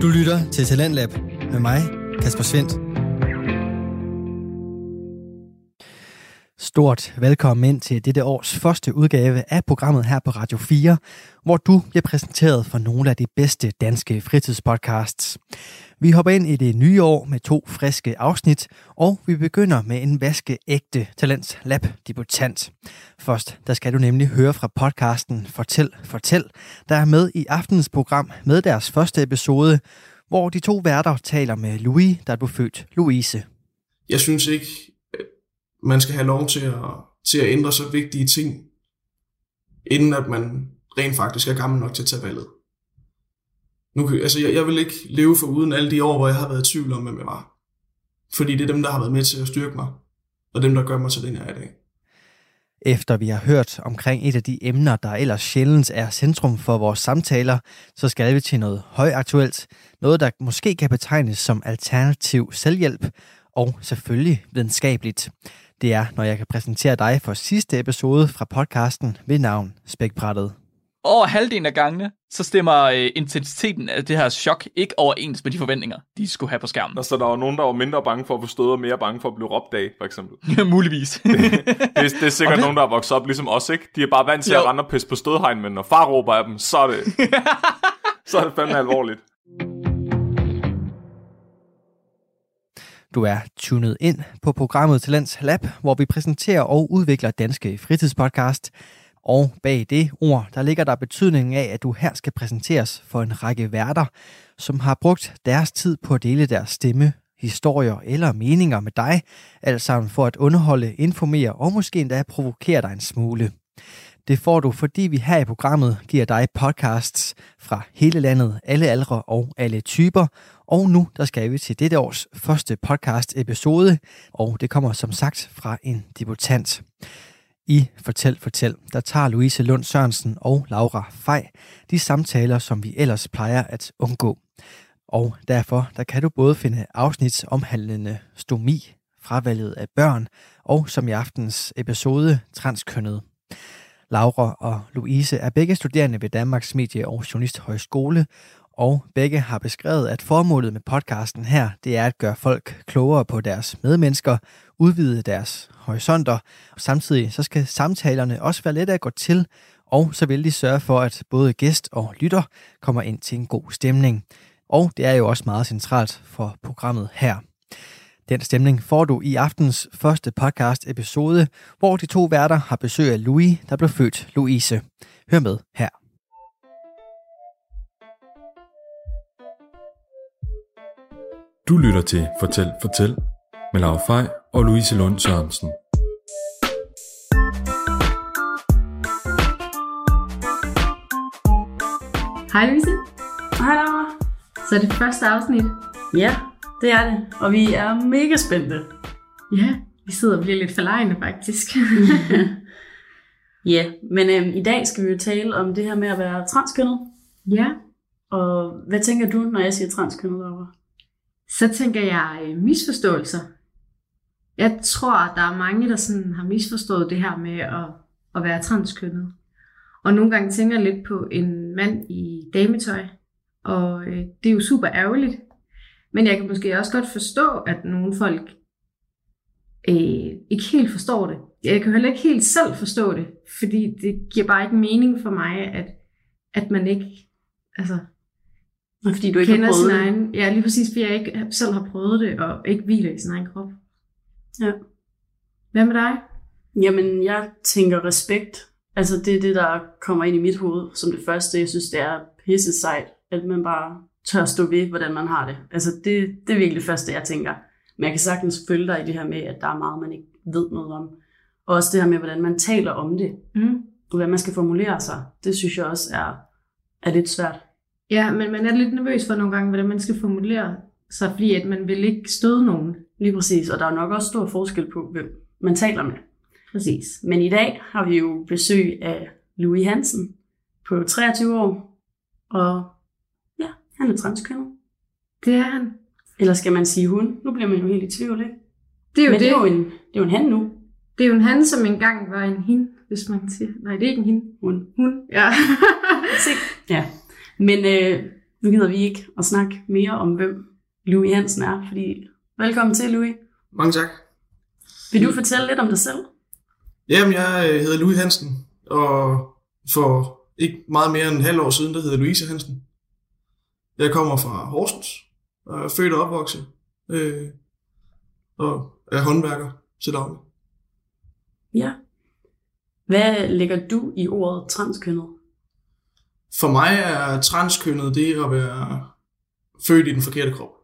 Du lytter til Talentlab med mig, Kasper Svendt. Stort velkommen ind til dette års første udgave af programmet her på Radio 4, hvor du bliver præsenteret for nogle af de bedste danske fritidspodcasts. Vi hopper ind i det nye år med 2 friske afsnit, og vi begynder med en vaskeægte Talents Lab debutant. Først der skal du nemlig høre fra podcasten Fortæl, der er med i aftenens program med deres første episode, hvor de 2 værter taler med Louis, der blev født Louise. Jeg synes ikke, man skal have lov til at ændre så vigtige ting, inden at man rent faktisk er gammel nok til at tage valget. Jeg vil ikke leve for uden alle de år, hvor jeg har været i tvivl om, hvem jeg var. Fordi det er dem, der har været med til at styrke mig, og dem, der gør mig til den, jeg er i dag. Efter vi har hørt omkring et af de emner, der ellers sjældent er centrum for vores samtaler, så skal vi til noget højaktuelt. Noget, der måske kan betegnes som alternativ selvhjælp, og selvfølgelig videnskabeligt. Det er, når jeg kan præsentere dig for sidste episode fra podcasten ved navn Spækbrættet. Over halvdelen af gangene, så stemmer intensiteten af det her chok ikke overens med de forventninger, de skulle have på skærmen. Så der var nogen, der var mindre bange for at få stød og mere bange for at blive råbt af, for eksempel. Muligvis. det er sikkert nogen, der er vokset op ligesom os, ikke? De er bare vant til at rende og pisse på stødhegn, men når far råber af dem, så er det fandme alvorligt. Du er tunet ind på programmet Talents Lab, hvor vi præsenterer og udvikler danske fritidspodcast. Og bag det ord, der ligger der betydningen af, at du her skal præsenteres for en række værter, som har brugt deres tid på at dele deres stemme, historier eller meninger med dig, alt sammen for at underholde, informere og måske endda provokere dig en smule. Det får du, fordi vi her i programmet giver dig podcasts fra hele landet, alle aldre og alle typer. Og nu der skal vi til dette års første podcast episode, og det kommer som sagt fra en debutant. I Fortæl, der tager Louise Lund Sørensen og Laura Fej de samtaler, som vi ellers plejer at undgå. Og derfor der kan du både finde afsnit omhandlende stomi, fravalget af børn, og som i aftens episode transkønnet. Laura og Louise er begge studerende ved Danmarks Medie- og Journalisthøjskole, og begge har beskrevet, at formålet med podcasten her, det er at gøre folk klogere på deres medmennesker, udvide deres horisonter, og samtidig så skal samtalerne også være lette at gå til, og så vil de sørge for, at både gæst og lytter kommer ind til en god stemning. Og det er jo også meget centralt for programmet her. Den stemning får du i aftens første podcast episode, hvor de 2 værter har besøg af Louis, der blev født Louise. Hør med her. Du lytter til Fortæl med Laura Fej og Louise Lund Sørensen. Hej Louise. Hej Laura. Så er det første afsnit. Ja, det er det. Og vi er mega spændte. Ja, vi sidder og bliver lidt forlegne faktisk. Ja, men i dag skal vi jo tale om det her med at være transkønnet. Ja. Og hvad tænker du, når jeg siger transkønnet, Laura? Så tænker jeg misforståelser. Jeg tror, der er mange, der sådan har misforstået det her med at være transkønnet. Og nogle gange tænker jeg lidt på en mand i dametøj. Og det er jo super ærgerligt. Men jeg kan måske også godt forstå, at nogle folk ikke helt forstår det. Jeg kan heller ikke helt selv forstå det. Fordi det giver bare ikke mening for mig, at man ikke... Altså, fordi du ikke har prøvet sin egen, ja, lige præcis, fordi jeg ikke selv har prøvet det, og ikke hviler i sin egen krop. Ja. Hvad med dig? Jamen, jeg tænker respekt. Altså, det er det, der kommer ind i mit hoved som det første. Jeg synes, det er pisse sejt, at man bare tør stå ved, hvordan man har det. Altså, det er virkelig det første, jeg tænker. Men jeg kan sagtens følge dig i det her med, at der er meget, man ikke ved noget om. Og også det her med, hvordan man taler om det. Og hvordan man skal formulere sig. Det synes jeg også er lidt svært. Ja, men man er lidt nervøs for nogle gange, hvordan man skal formulere sig, fordi at man vil ikke støde nogen. Lige præcis, og der er nok også stor forskel på, hvem man taler med. Præcis. Men i dag har vi jo besøg af Louis Hansen på 23 år, og ja, han er transkønnet. Det er han. Eller skal man sige hun? Nu bliver man jo helt i tvivl, ikke? Det er jo men det er jo en han nu. Det er jo en han, som engang var en hende, hvis man siger. Nej, det er ikke en hende. Hun. Ja. Ja. Men Nu gider vi ikke at snakke mere om, hvem Louis Hansen er, fordi velkommen til, Louis. Mange tak. Vil du fortælle lidt om dig selv? Jamen, jeg hedder Louis Hansen, og for ikke meget mere end en halv år siden, der hedder Louise Hansen. Jeg kommer fra Horsens, og er født og opvokset, og er håndværker til daglig. Ja. Hvad lægger du i ordet transkønnet? For mig er transkønnet det at være født i den forkerte krop.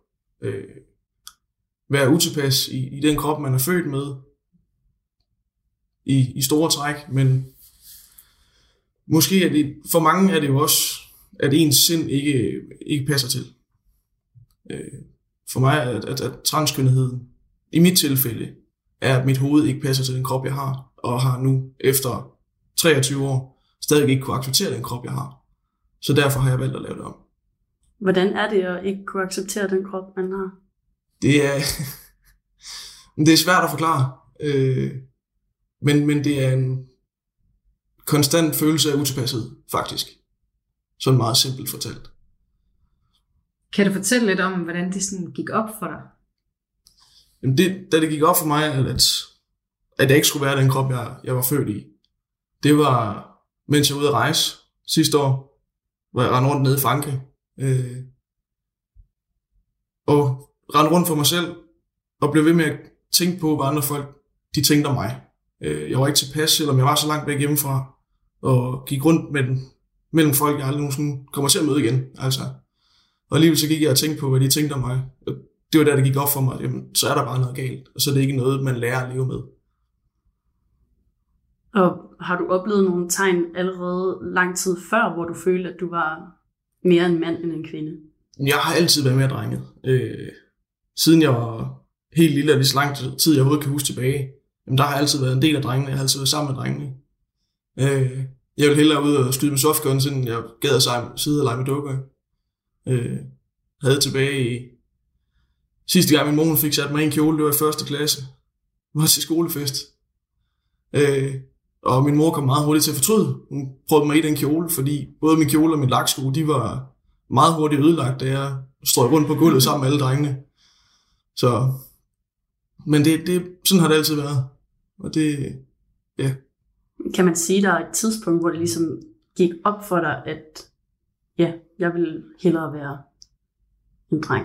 Være utilpas i den krop, man er født med, i store træk, men måske er det, for mange er det jo også, at ens sind ikke passer til. For mig at transkønnetheden, i mit tilfælde, er, at mit hoved ikke passer til den krop, jeg har, og har nu efter 23 år stadig ikke kunne acceptere den krop, jeg har. Så derfor har jeg valgt at lave det om. Hvordan er det at ikke kunne acceptere den krop, man har? Det er svært at forklare, men det er en konstant følelse af utilpashed, faktisk. Sådan meget simpelt fortalt. Kan du fortælle lidt om, hvordan det sådan gik op for dig? Jamen da det gik op for mig, at jeg ikke skulle være den krop, jeg var født i, det var, mens jeg var ude at rejse sidste år, hvor jeg rendte rundt nede i Frankrig. Og rendte rundt for mig selv, og blev ved med at tænke på, hvad andre folk de tænkte om mig. Jeg var ikke tilpas, selvom jeg var så langt væk hjemmefra, og gik rundt mellem folk, jeg aldrig nogensinde kommer til at møde igen. Altså. Og alligevel så gik jeg og tænkte på, hvad de tænkte om mig. Og det var der, det gik op for mig, jamen, så er der bare noget galt, og så er det ikke noget, man lærer at leve med. Og har du oplevet nogle tegn allerede lang tid før, hvor du følte, at du var mere en mand end en kvinde? Jeg har altid været mere drenget. Siden jeg var helt lille, og lige så lang tid jeg overhovedet kan huske tilbage, jamen, der har jeg altid været en del af drengene. Jeg har altid været sammen med drengene. Jeg ville hellere ud og skyde med softguns, end jeg gad at sidde og lege med dukker. Havde tilbage i sidste gang min mor fik sat mig i en kjole, det var i 1. klasse. Jeg var til skolefest. Og min mor kom meget hurtigt til at fortryde. Hun prøvede mig i den kjole, fordi både min kjole og min laksko, de var meget hurtigt ødelagt, da jeg strøg rundt på gulvet sammen med alle drengene. Så, men sådan har det altid været. Og det, ja. Kan man sige, der er et tidspunkt, hvor det ligesom gik op for dig, at ja, jeg vil hellere være en dreng?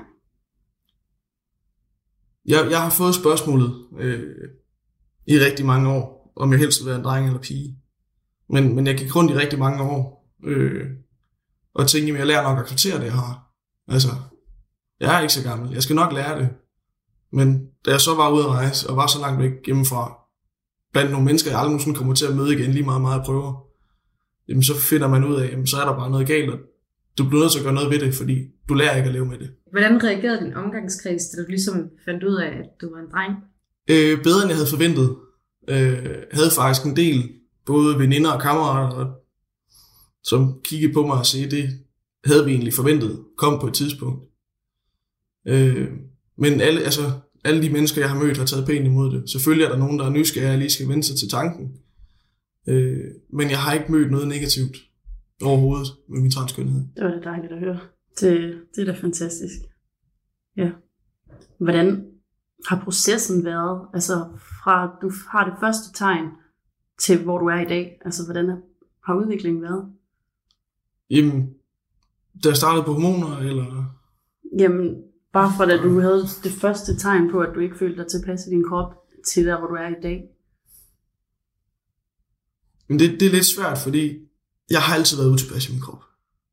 Jeg har fået spørgsmålet i rigtig mange år, om jeg helst vil være en dreng eller pige. Men jeg gik rundt i rigtig mange år, og tænkte, at jeg lærer nok at acceptere det, jeg har. Altså, jeg er ikke så gammel. Jeg skal nok lære det. Men da jeg så var ude at rejse, og var så langt væk hjemmefra, blandt nogle mennesker, jeg aldrig nogensinde kommer til at møde igen, lige meget jeg prøver, jamen så finder man ud af, jamen så er der bare noget galt, og du bliver nødt til at gøre noget ved det, fordi du lærer ikke at leve med det. Hvordan reagerede din omgangskreds, da du ligesom fandt ud af, at du var en dreng? Bedre end jeg havde forventet. Havde faktisk en del, både veninder og kammerater, som kiggede på mig og sagde, det havde vi egentlig forventet, kom på et tidspunkt. Men alle de mennesker, jeg har mødt, har taget pænt imod det. Selvfølgelig er der nogen, der er nysgerrige og lige skal vende sig til tanken. Men jeg har ikke mødt noget negativt overhovedet med min transkønnethed. Det var da dejligt at høre. Det er da fantastisk. Ja. Hvordan har processen været? Altså fra du har det første tegn til hvor du er i dag. Altså hvordan har udviklingen været? Jamen, da jeg startede på hormoner, eller? Jamen, bare fra da du havde det første tegn på, at du ikke følte dig tilpas i din krop, til der hvor du er i dag. Men det er lidt svært, fordi jeg har altid været utilpas i min krop.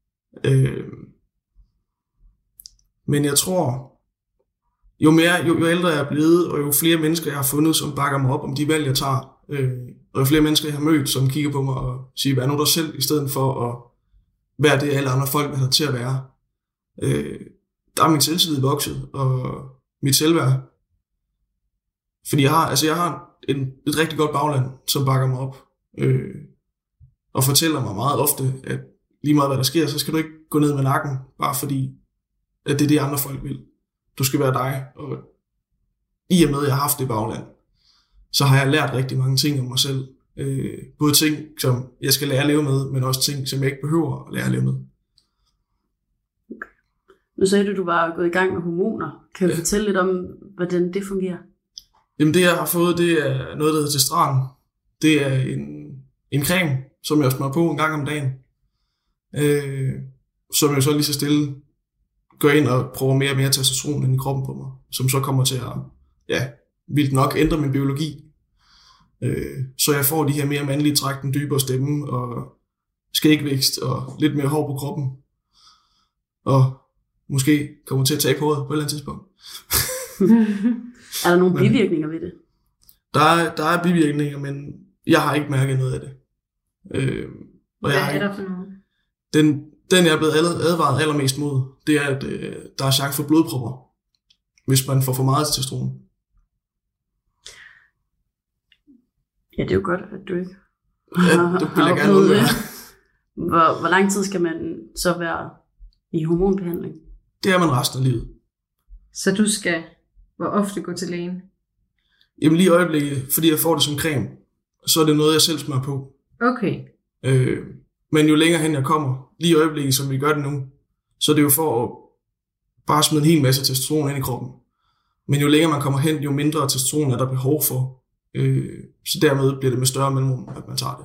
Men jeg tror, jo ældre jeg er blevet, og jo flere mennesker jeg har fundet, som bakker mig op om de valg, jeg tager, og jo flere mennesker jeg har mødt, som kigger på mig og siger, vær nu dig selv, i stedet for at være det, alle andre folk vil have til at være. Der er min selvtillid vokset, og mit selvværd. Fordi jeg har et rigtig godt bagland, som bakker mig op, og fortæller mig meget ofte, at lige meget hvad der sker, så skal du ikke gå ned med nakken, bare fordi, at det er det, andre folk vil. Du skal være dig, og i og med, at jeg har haft det bagland, så har jeg lært rigtig mange ting om mig selv. Både ting, som jeg skal lære at leve med, men også ting, som jeg ikke behøver at lære at leve med. Nu sagde du var gået i gang med hormoner. Kan du fortælle lidt om, hvordan det fungerer? Jamen det, jeg har fået, det er noget, der hedder Testran. Det er en creme, som jeg smører på en gang om dagen. Som jeg så lige så stille går ind og prøver mere og mere testosteron ind i kroppen på mig. Som så kommer til at, vildt nok ændre min biologi. Så jeg får de her mere mandlige træk, den dybere stemme og skægvækst og lidt mere hår på kroppen. Og måske kommer til at tabe håret på et eller andet tidspunkt. Er der nogle bivirkninger ved det? Der er bivirkninger, men jeg har ikke mærket noget af det. Hvad er der for nogle? Den jeg er blevet advaret allermest mod, det er, at der er chance for blodpropper, hvis man får for meget testosteron. Ja, det er jo godt, at du ikke Det vil jeg gerne undvære. Hvor lang tid skal man så være i hormonbehandling? Det er man resten af livet. Så du skal hvor ofte gå til lægen? Jamen lige i øjeblikket, fordi jeg får det som creme, så er det noget, jeg selv smører på. Okay. Men jo længere hen jeg kommer, lige i øjeblikket, som vi gør det nu, så er det jo for at bare smide en hel masse testosteron ind i kroppen. Men jo længere man kommer hen, jo mindre testosteron er der behov for. Så dermed bliver det med større mellemrum, at man tager det.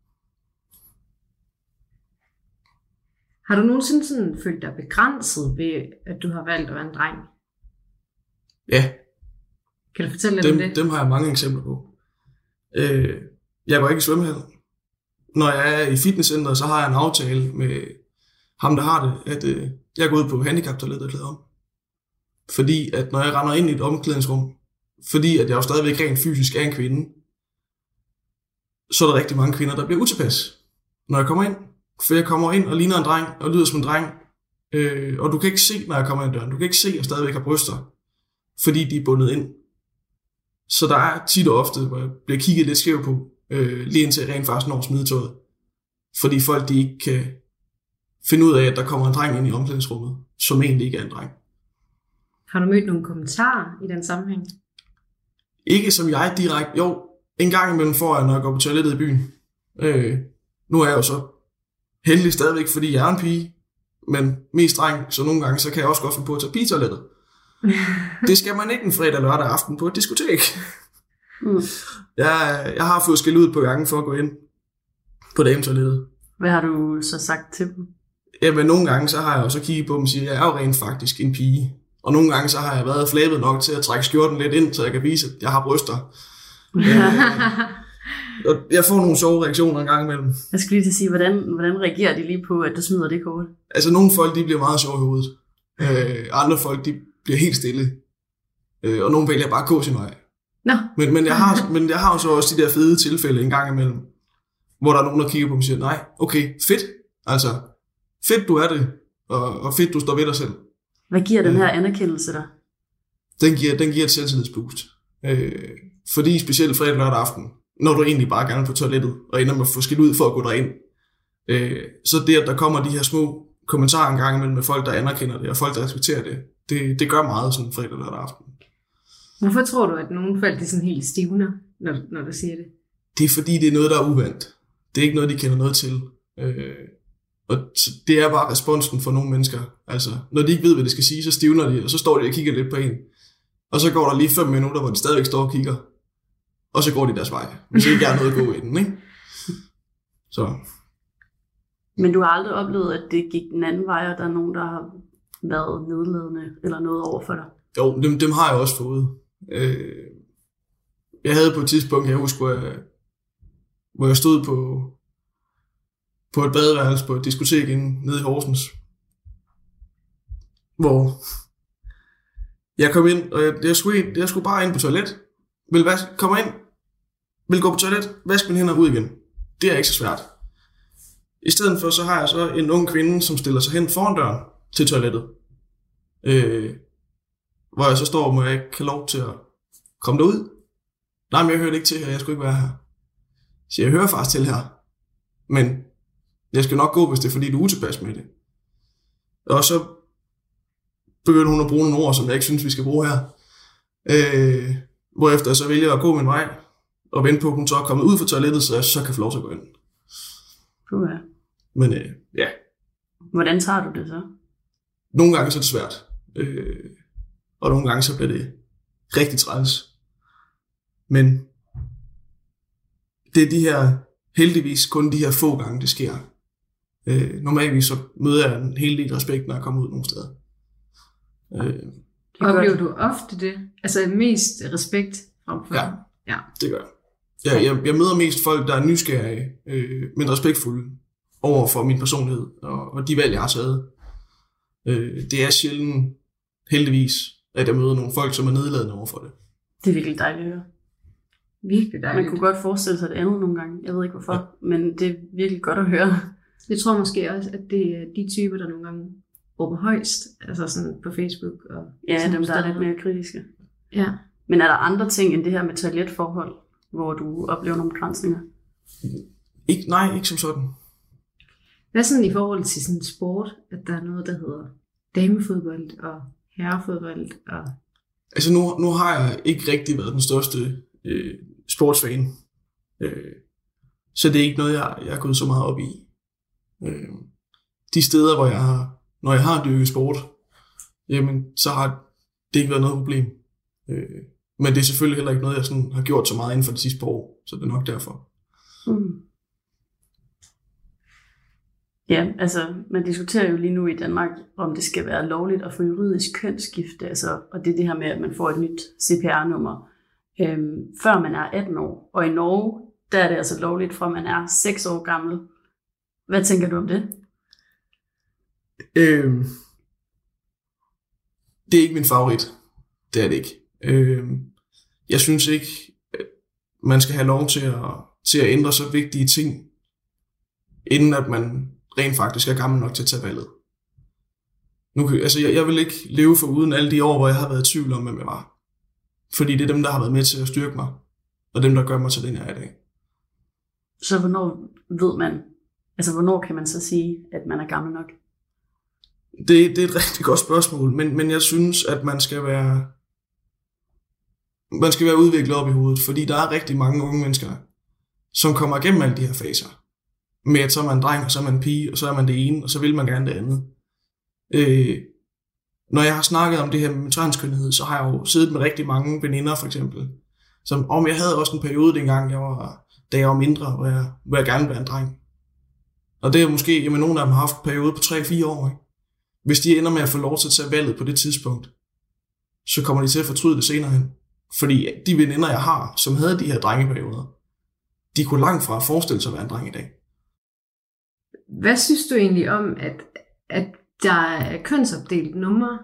Har du nogensinde sådan følt dig begrænset ved, at du har valgt at være en dreng? Ja. Kan du fortælle lidt om det? Dem har jeg mange eksempler på. Jeg går ikke i svømmehal. Når jeg er i fitnesscenteret, så har jeg en aftale med ham, der har det, at jeg går ud på handicaptoilettet og klæder om. Fordi at når jeg render ind i et omklædningsrum, fordi at jeg jo stadigvæk rent fysisk er en kvinde, så er der rigtig mange kvinder, der bliver utilpas, når jeg kommer ind. For jeg kommer ind og ligner en dreng, og lyder som en dreng. Og du kan ikke se, når jeg kommer ind døren. Du kan ikke se, at jeg stadigvæk har bryster, fordi de er bundet ind. Så der er tit og ofte, hvor jeg bliver kigget lidt skæv på, lige indtil jeg rent faktisk når smidetøjet. Fordi folk de ikke kan finde ud af, at der kommer en dreng ind i omklædningsrummet, som egentlig ikke er en dreng. Har du mødt nogle kommentarer i den sammenhæng? Ikke som jeg direkte. Jo, en gang imellem får jeg, når jeg går på toilettet i byen. Nu er jeg jo så heldig stadigvæk, fordi jeg er en pige, men mest dreng, så nogle gange så kan jeg også godt finde på at tage pigetoilettet. Det skal man ikke en fredag lørdag aften på et diskotek. Jeg har fået skæld ud på gangen for at gå ind på dametoilettet. Hvad har du så sagt til dem? Jamen nogle gange så har jeg også kigget på dem og siger, at jeg er jo rent faktisk en pige. Og nogle gange så har jeg været flabet nok til at trække skjorten lidt ind, så jeg kan vise, at jeg har bryster. Og jeg får nogle sjove reaktioner en gang imellem. Jeg skulle lige til at sige, hvordan reagerer de lige på, at du smider det kort? Altså nogle folk, de bliver meget sjove i hovedet. Andre folk, de bliver helt stille. Og nogle vælger bare at gå sin vej. Nå. Men jeg har jo så også de der fede tilfælde en gang imellem, hvor der er nogen, der kigger på mig og siger, nej, okay, fedt. Altså, fedt du er det, og fedt du står ved dig selv. Hvad giver den her anerkendelse dig? Den giver et selvtillidsboost. Fordi specielt fredag lørdag aften, når du egentlig bare gerne vil på toilettet, og ender med at få skidt ud for at gå derind, så det, at der kommer de her små kommentarer en gang imellem med folk, der anerkender det, og folk, der respekterer det, det gør meget sådan fredag lørdag aften. Hvorfor tror du, at nogle folk de sådan helt stivner, når du siger det? Det er fordi, det er noget, der er uvandt. Det er ikke noget, de kender noget til. Og det er bare responsen for nogle mennesker. Altså, når de ikke ved, hvad de skal sige, så stivner de, og så står de og kigger lidt på en. Og så går der lige 5 minutter, hvor de stadigvæk står og kigger. Og så går de deres vej, hvis ikke er noget at gå i den, ikke? Så. Men du har aldrig oplevet, at det gik den anden vej, og der er nogen, der har været nedladende eller noget over for dig? Jo, dem har jeg også fået. Jeg havde på et tidspunkt, jeg husker, hvor jeg stod på et badeværelse på et diskotek nede i Horsens, hvor jeg kom ind, og jeg skulle bare ind på toilet. Kommer ind, vil gå på toilet, vask mine hænder ud igen. Det er ikke så svært. I stedet for, så har jeg så en ung kvinde, som stiller sig hen foran døren til toilettet. Hvor jeg så står, hvor jeg ikke kan lov til at komme derud. Nej, men jeg hørte ikke til her, jeg skulle ikke være her. Så jeg hører faktisk til her. Men jeg skal nok gå, hvis det er fordi, du er utilpas med det. Og så begynder hun at bruge nogle ord, som jeg ikke synes, vi skal bruge her. Hvorefter jeg så vælger at gå min vej, og vente på, at hun så er kommet ud fra toilettet, så jeg så kan få lov til at gå ind. Ja. Men ja. Hvordan tager du det så? nogle gange så er det svært. Og nogle gange så bliver det rigtig træls. Men det er de her, heldigvis kun de her få gange, det sker. Normalvis så møder jeg en hel del respekt, når jeg kommer ud nogle steder. Oplever du ofte det? Altså mest respekt fremfor? Ja, det gør jeg. Jeg møder mest folk, der er nysgerrige, men respektfulde over for min personlighed og de valg, jeg har taget. Det er sjældent, heldigvis, at jeg møder nogle folk, som er nedladende over for det. Det er virkelig dejligt at høre. Virkelig dejligt. Man kunne godt forestille sig det andet nogle gange. Jeg ved ikke hvorfor, men det er virkelig godt at høre. Jeg tror måske også, at det er de typer, der nogle gange råber højst, altså sådan på Facebook. Og ja, dem der er lidt mere kritiske. Ja. Men er der andre ting end det her med toiletforhold, hvor du oplever nogle begrænsninger? Nej, ikke som sådan. Hvad sådan i forhold til sådan sport, at der er noget, der hedder damefodbold og herrefodbold? Og... Altså nu har jeg ikke rigtig været den største sportsfan. Så det er ikke noget, jeg er gået så meget op i. De steder, hvor når jeg har dyrket sport, jamen, så har det ikke været noget problem. Men det er selvfølgelig heller ikke noget, jeg sådan har gjort så meget inden for de sidste par år, så det er nok derfor. Ja, altså man diskuterer jo lige nu i Danmark, om det skal være lovligt at få juridisk kønsskifte, altså, og det er det her med, at man får et nyt CPR-nummer, før man er 18 år. Og i Norge, der er det altså lovligt, fra man er 6 år gammel. Hvad tænker du om det? Det er ikke min favorit. Det er det ikke. Jeg synes ikke, man skal have lov til at ændre så vigtige ting, inden at man rent faktisk er gammel nok til at tage valget. Jeg vil ikke leve for uden alle de år, hvor jeg har været i tvivl om, hvem jeg var. Fordi det er dem, der har været med til at styrke mig, og dem, der gør mig til den, jeg er i dag. Så hvornår ved man, altså hvornår kan man så sige, at man er gammel nok? Det er et rigtig godt spørgsmål, men jeg synes, at man skal være udviklet op i hovedet, fordi der er rigtig mange unge mennesker, som kommer igennem alle de her faser. Med at så er man en dreng, og så er man en pige, og så er man det ene, og så vil man gerne det andet. Når jeg har snakket om det her med transkønnethed, så har jeg jo siddet med rigtig mange veninder, for eksempel. Som jeg havde også en periode dengang, da jeg var mindre, hvor jeg gerne ville være en dreng. Og det er måske, nogle af dem har haft en periode på 3-4 år. Ikke? Hvis de ender med at få lov til at tage valget på det tidspunkt, så kommer de til at fortryde det senere hen. Fordi de veninder, jeg har, som havde de her drengeperioder, de kunne langt fra forestille sig at være en dreng i dag. Hvad synes du egentlig om, at der er kønsopdelt numre?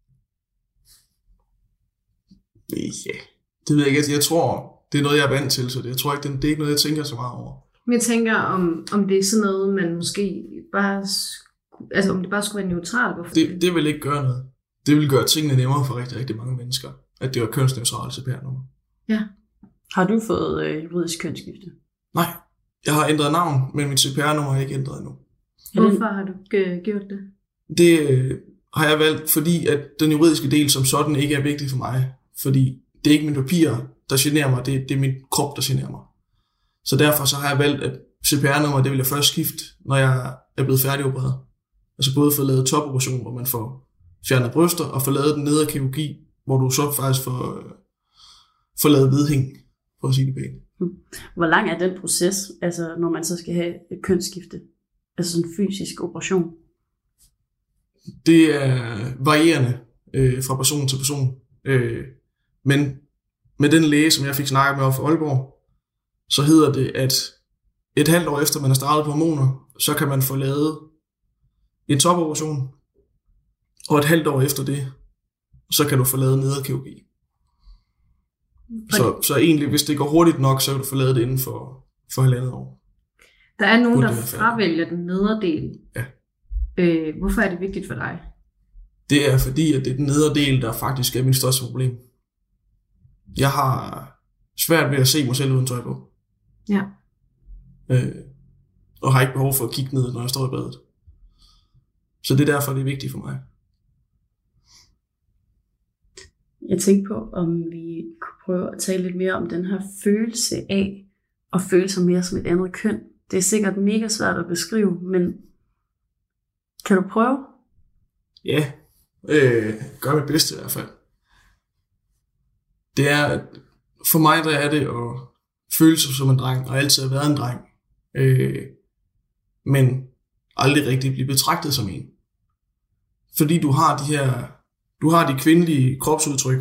Ja, det ved jeg ikke. Jeg tror, det er noget, jeg er vant til, så jeg tror ikke, det er ikke noget, jeg tænker så meget over. Men jeg tænker, om det er sådan noget, man måske bare... Altså, om det bare skulle være neutralt? Det vil ikke gøre noget. Det vil gøre tingene nemmere for rigtig, rigtig mange mennesker, at det var kønsneutralt CPR-nummer. Ja. Har du fået juridisk kønsskifte? Nej, jeg har ændret navn, men mit CPR-nummer har ikke ændret endnu. Hvorfor har du gjort det? Det har jeg valgt, fordi at den juridiske del som sådan ikke er vigtig for mig. Fordi det er ikke mine papirer, der generer mig, det er min krop, der generer mig. Så derfor så har jeg valgt, at CPR-nummer, det vil jeg først skifte, når jeg er blevet færdigopereret. Altså både få lavet topoperation, hvor man får fjernet bryster, og få lavet den nedre kirurgi, hvor du så faktisk får lavet vedhæng, for at sige det pænt. Hvor lang er den proces, altså når man så skal have et kønsskifte? Altså sådan en fysisk operation? Det er varierende fra person til person. Men med den læge, som jeg fik snakket med op fra Aalborg, så hedder det, at et halvt år efter man er startet på hormoner, så kan man få lavet en topoperation, og et halvt år efter det, så kan du få lavet nedre kirurgi. Så egentlig, hvis det går hurtigt nok, så kan du få lavet det inden for 1,5 år. Der er nogen, der fravælger den nedre del. Ja. Hvorfor er det vigtigt for dig? Det er fordi, at det er den nedre del, der faktisk er min største problem. Jeg har svært ved at se mig selv uden tøj på. Ja. Og har ikke behov for at kigge ned, når jeg står i badet. Så det er derfor, det er vigtigt for mig. Jeg tænkte på, om vi kunne prøve at tale lidt mere om den her følelse af at føle sig mere som et andet køn. Det er sikkert mega svært at beskrive, men kan du prøve? Ja, gør mit bedste i hvert fald. Det er, for mig der er det at føle sig som en dreng, og altid have været en dreng. Men aldrig rigtig blive betragtet som en. Fordi du har de kvindelige kropsudtryk,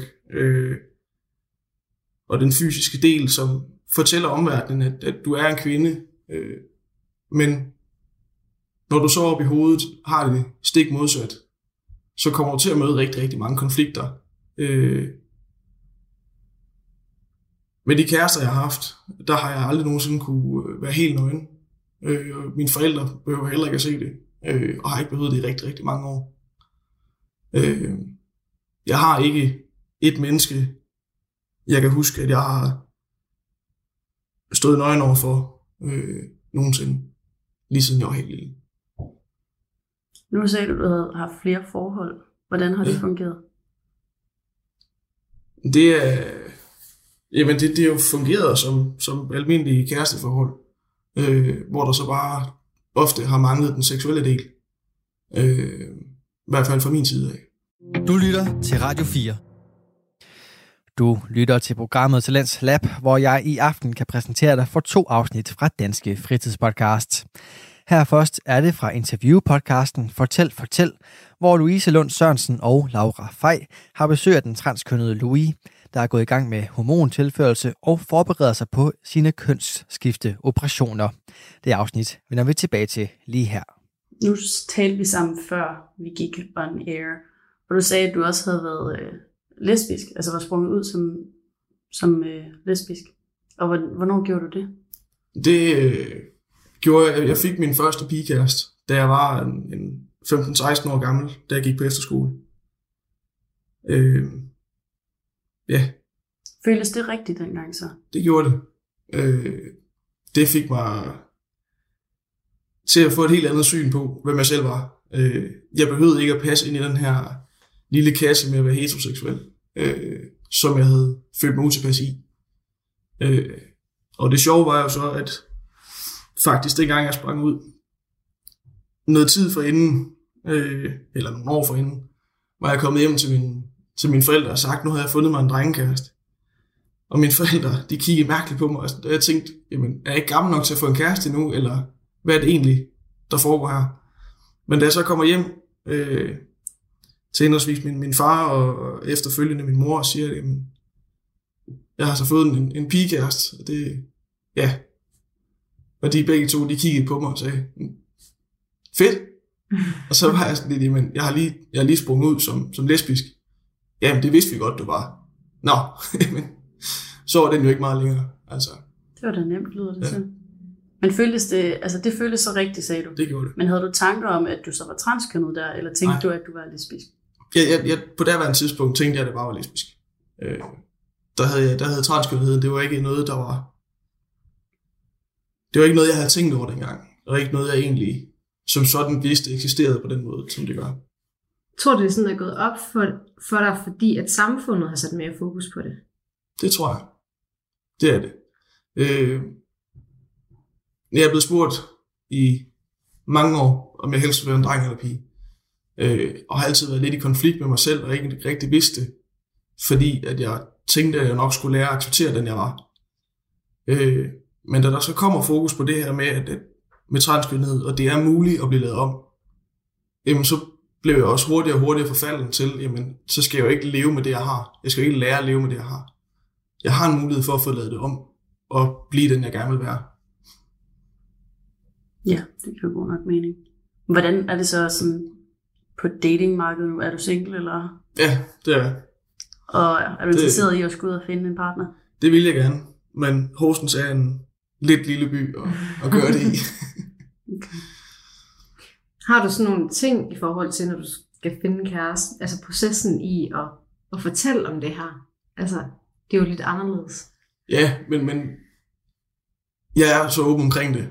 og den fysiske del, som fortæller omverdenen, at du er en kvinde. Men når du så op i hovedet har det stik modsat, så kommer du til at møde rigtig, rigtig mange konflikter. Med de kærester, jeg har haft, der har jeg aldrig nogensinde kunne være helt nøgen. Mine forældre behøver heller ikke at se det, og har ikke behøvet det i rigtig, rigtig mange år. Jeg har ikke et menneske, jeg kan huske, at jeg har stået nøgen over for nogensinde, lige siden jeg var helt lille. Nu sagde du, at du havde haft flere forhold. Hvordan har det fungeret? Det er jo fungeret som almindelige kæresteforhold, hvor der så bare ofte har manglet den seksuelle del. I hvert fald fra min side af. Du lytter til Radio 4. Du lytter til programmet Talents Lab, hvor jeg i aften kan præsentere dig for 2 afsnit fra Danske Fritidspodcast. Her først er det fra interviewpodcasten Fortæl, hvor Louise Lund Sørensen og Laura Fej har besøg af den transkønnede Louis, der er gået i gang med hormontilførelse og forbereder sig på sine kønsskifteoperationer. Det afsnit vender vi tilbage til lige her. Nu talte vi sammen før vi gik on air, og du sagde, at du også havde været lesbisk, altså var sprunget ud som lesbisk. Og hvornår gjorde du det? Det gjorde jeg. Jeg fik min første pigekæreste, da jeg var en 15-16 år gammel, da jeg gik på efterskole. Ja. Føltes det rigtigt dengang så? Det gjorde det. Det fik mig til at få et helt andet syn på, hvem jeg selv var. Jeg behøvede ikke at passe ind i den her lille kasse med at være heteroseksuel, som jeg havde følt mig utilpas i. Og det sjove var jo så, at faktisk dengang jeg sprang ud, noget tid forinden, eller nogle år forinden, var jeg kommet hjem til mine forældre og sagt, nu havde jeg fundet mig en drengekæreste. Og mine forældre, de kiggede mærkeligt på mig, og jeg tænkte, jamen, er jeg ikke gammel nok til at få en kæreste nu, eller hvad er det egentlig, der foregår her? Men da jeg så kommer hjem til henholdsvis min far og efterfølgende min mor og siger, jamen, jeg har så fået en pigekæreste, og det, ja. Og de begge to, de kiggede på mig og sagde, fedt. Og så var jeg sådan lidt, jamen, jeg har lige sprunget ud som lesbisk. Jamen, det vidste vi godt, du var. Nå, men så var den jo ikke meget længere. Altså. Det var da nemt, lyder det til. Men føltes det, altså det føltes så rigtigt, sagde du? Det gjorde det. Men havde du tanker om, at du så var transkønnet der, eller tænkte du, at du var lesbisk? Jeg på derværende tidspunkt tænkte jeg, at det bare var lesbisk. Der havde transkønnetheden, det var ikke noget, det var ikke noget, jeg havde tænkt over dengang. Det var ikke noget, jeg egentlig som sådan vidste eksisterede på den måde, som det gør. Tror du, det er sådan, er gået op for dig, fordi at samfundet har sat mere fokus på det? Det tror jeg. Det er det. Jeg er blevet spurgt i mange år, om jeg helst vil være en dreng eller pige. Og har altid været lidt i konflikt med mig selv, og ikke rigtig vidste det. Fordi at jeg tænkte, at jeg nok skulle lære at acceptere den, jeg var. Men da der så kommer fokus på det her med transkønnethed, og det er muligt at blive lavet om, jamen så blev jeg også hurtigere og hurtigere forfalden til, jamen så skal jeg jo ikke leve med det, jeg har. Jeg skal jo ikke lære at leve med det, jeg har. Jeg har en mulighed for at få lavet det om, og blive den, jeg gerne vil være. Ja, det giver god nok mening. Hvordan er det så sådan på datingmarkedet nu? Er du single, eller? Ja, det er jeg. Og er du interesseret i at skulle ud og finde en partner? Det vil jeg gerne, men Horsens er en lidt lille by at gøre det i. Okay. Har du sådan nogle ting i forhold til, når du skal finde en kæreste? Altså processen i at fortælle om det her? Altså, det er jo lidt anderledes. Ja, men jeg er så åben omkring det.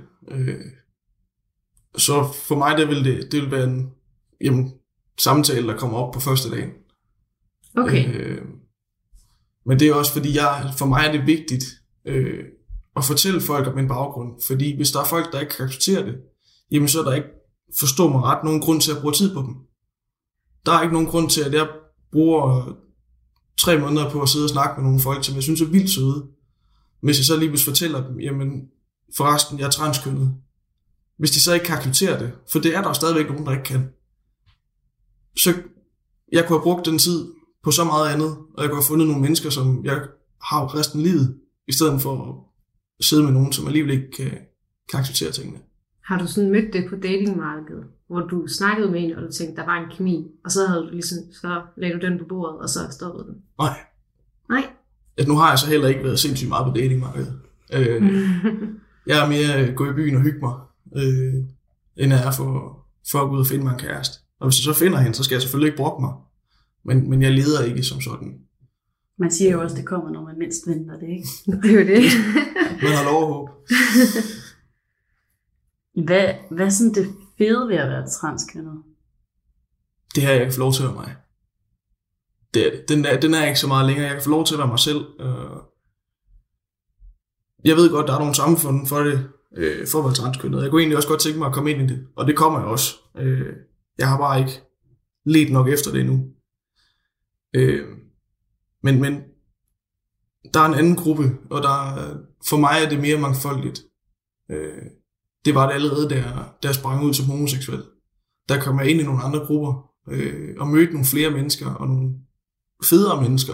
Så for mig, det vil være en samtale, der kommer op på første dagen. Okay. Men det er også fordi, for mig er det vigtigt at fortælle folk om min baggrund. Fordi hvis der er folk, der ikke kan acceptere det, jamen så er der ikke, forstå mig ret, nogen grund til at bruge tid på dem. der er ikke nogen grund til, at jeg bruger 3 måneder på at sidde og snakke med nogle folk, som jeg synes er vildt søde. Hvis jeg så lige pludselig fortæller dem, jamen forresten, jeg er transkønnet. Hvis de så ikke kan acceptere det, for det er der jo stadigvæk nogen, der ikke kan. Så jeg kunne have brugt den tid på så meget andet, og jeg kunne have fundet nogle mennesker, som jeg har resten af livet, i stedet for at sidde med nogen, som alligevel ikke kan acceptere tingene. Har du sådan mødt det på datingmarkedet, hvor du snakkede med en, og du tænkte, der var en kemi, og så havde du ligesom, så lagde du den på bordet, og så stoppede den? Nej. Nej? Nu har jeg så heller ikke været sindssygt meget på datingmarkedet. Jeg er mere gå i byen og hygge mig, end jeg er for at gå ud og finde mig en kæreste. Og hvis jeg så finder hende, så skal jeg selvfølgelig ikke brokke mig. Men jeg leder ikke som sådan. Man siger jo også, at det kommer, når man mindst venter det, ikke? Det er jo det. Man har lov at håbe. Hvad er sådan det fede ved at være transkønnet? Det her, jeg kan få lov til at være mig. Den er ikke så meget længere. Jeg kan få lov til at være mig selv. Jeg ved godt, der er nogle samfund for det, for at være transkønnet. Jeg kunne egentlig også godt tænke mig at komme ind i det, og det kommer jeg også. Jeg har bare ikke ledt nok efter det endnu. Men der er en anden gruppe, og for mig er det mere mangfoldigt. Det var det allerede, da jeg sprang ud som homoseksuel. Der kom jeg ind i nogle andre grupper, og mødte nogle flere mennesker, og nogle federe mennesker,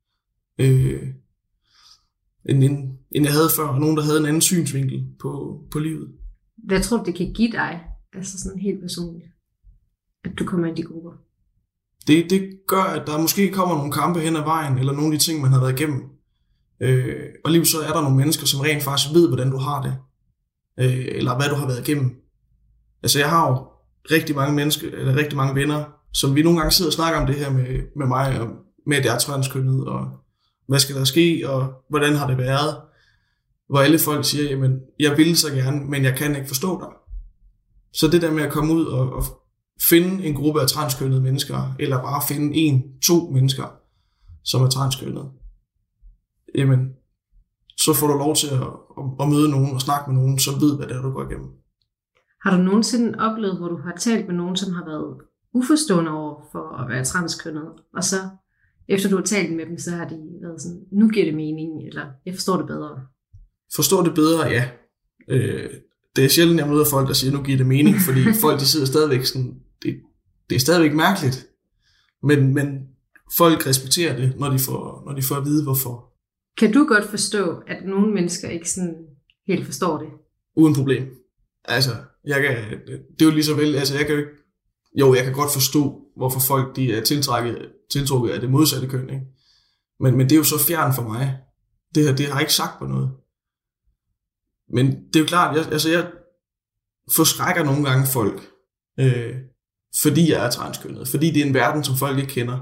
end jeg havde før, og nogen, der havde en anden synsvinkel på livet. Hvad tror du, det kan give dig, altså sådan helt personligt, at du kommer ind i de grupper? Det gør, at der måske kommer nogle kampe hen ad vejen, eller nogle af de ting, man har været igennem. Og lige så er der nogle mennesker, som rent faktisk ved, hvordan du har det, eller hvad du har været igennem. Altså jeg har jo rigtig mange venner, som vi nogle gange sidder og snakker om det her med mig, og med at jeg er transkønnet, og hvad skal der ske, og hvordan har det været. Hvor alle folk siger, jamen jeg vil så gerne, men jeg kan ikke forstå dig. Så det der med at komme ud og finde en gruppe af transkønnede mennesker, eller bare finde 1-2 mennesker, som er transkønnede, jamen så får du lov til at møde nogen og snakke med nogen, som ved, hvad det er, du går igennem. Har du nogensinde oplevet, hvor du har talt med nogen, som har været uforstående over for at være transkønnet, og så efter du har talt med dem, så har de været sådan, nu giver det mening, eller jeg forstår det bedre? Forstår det bedre, ja. Det er sjældent, jeg møder folk, der siger, nu giver det mening, fordi folk de sidder stadigvæk sådan, det er stadigvæk mærkeligt, men folk respekterer det, når de får at vide, hvorfor. Kan du godt forstå, at nogle mennesker ikke sådan helt forstår det? Uden problem. Altså, det er jo lige så vel, altså jeg kan godt forstå, hvorfor folk de er tiltrukket af det modsatte køn, ikke? Men det er jo så fjern for mig. Det har ikke sagt på noget. Men det er jo klart, jeg forskrækker nogle gange folk, fordi jeg er transkønnet, fordi det er en verden, som folk ikke kender.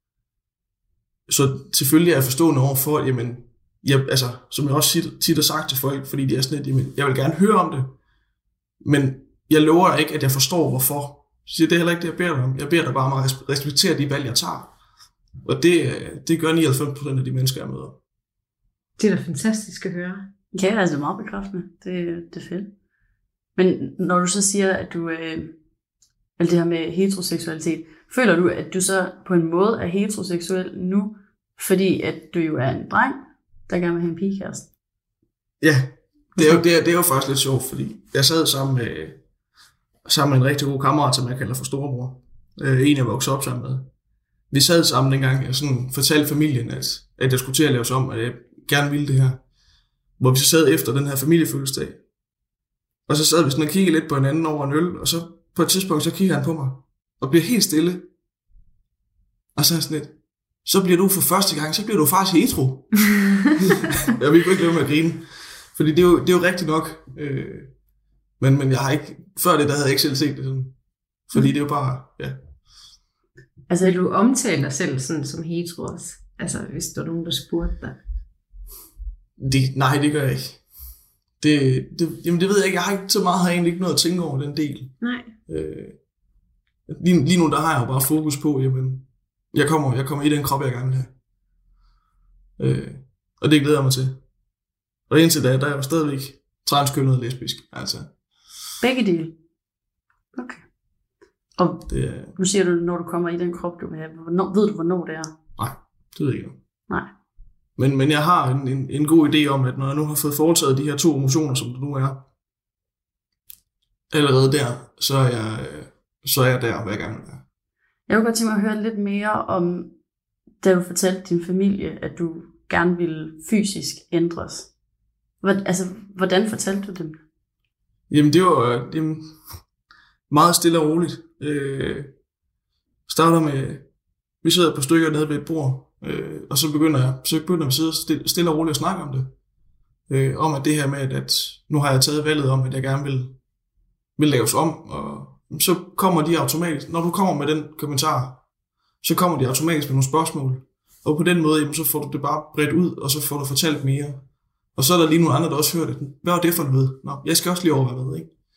Så selvfølgelig er jeg forstående overfor, at jamen, som jeg også tit har sagt til folk, fordi de er sådan lidt, jamen, jeg vil gerne høre om det, men jeg lover ikke, at jeg forstår hvorfor. Så det er heller ikke det, jeg beder dig om. Jeg beder dig bare om at respektere de valg, jeg tager. Og det gør 99% af de mennesker, jeg møder. Det er da fantastisk at høre. Ja, altså meget bekræftende. Det er fedt. Men når du så siger, at du alt det her med heteroseksualitet, føler du, at du så på en måde er heteroseksuel nu, fordi at du jo er en dreng, der gerne vil have en pigekæreste? Ja, det er jo faktisk lidt sjovt, fordi jeg sad sammen med en rigtig god kammerat, som jeg kalder for storebror. En, jeg voksede op sammen med. Vi sad sammen dengang, jeg sådan fortalte familien, at jeg skulle til at lave om, at jeg gerne ville det her. Hvor vi så sad efter den her familiefødselsdag. Og så sad vi sådan og kiggede lidt på hinanden over en øl, og så på et tidspunkt, så kigger han på mig, og bliver helt stille. Og så er sådan lidt, så bliver du for første gang, så bliver du faktisk hetero. Jeg vil ikke lade med at grine. Fordi det er jo rigtigt nok. Men jeg har ikke, før det, der havde jeg ikke selv set det sådan. Fordi det er jo bare, ja. Altså, vil du omtale dig selv sådan som hetero også? Altså, hvis der var nogen, der spurgte dig? Nej, det gør jeg ikke. Jamen, det ved jeg ikke. Jeg har ikke så meget, har egentlig ikke noget at tænke over den del. Nej. Lige nu, der har jeg jo bare fokus på, jamen, jeg kommer i den krop, jeg gerne vil have. Og det glæder jeg mig til. Og indtil da, der er jeg jo stadigvæk transkønnet og lesbisk. Altså. Begge dele? Okay. Og nu siger du, når du kommer i den krop, du vil have. Ved du, hvornår det er? Nej, det ved jeg ikke. Nej. Men jeg har en god idé om, at når jeg nu har fået foretaget de her 2 operationer, som det nu er, allerede der, så er jeg der, hvad jeg gerne vil være. Jeg kunne godt tænke mig at høre lidt mere om, da du fortalte din familie, at du gerne ville fysisk ændres. Hvordan fortalte du dem? Jamen, det var meget stille og roligt. Starter med, vi sidder på stykker nede ved et bord, og så begynder vi at sidde stille og roligt og snakke om det. Om at det her med, at nu har jeg taget valget om, at jeg gerne vil laves om, og så kommer de automatisk, når du kommer med den kommentar, så kommer de automatisk med nogle spørgsmål. Og på den måde, jamen, så får du det bare bredt ud, og så får du fortalt mere. Og så er der lige nogle andre, der også hører det. Hvad var det for noget? Nå, jeg skal også lige over være med,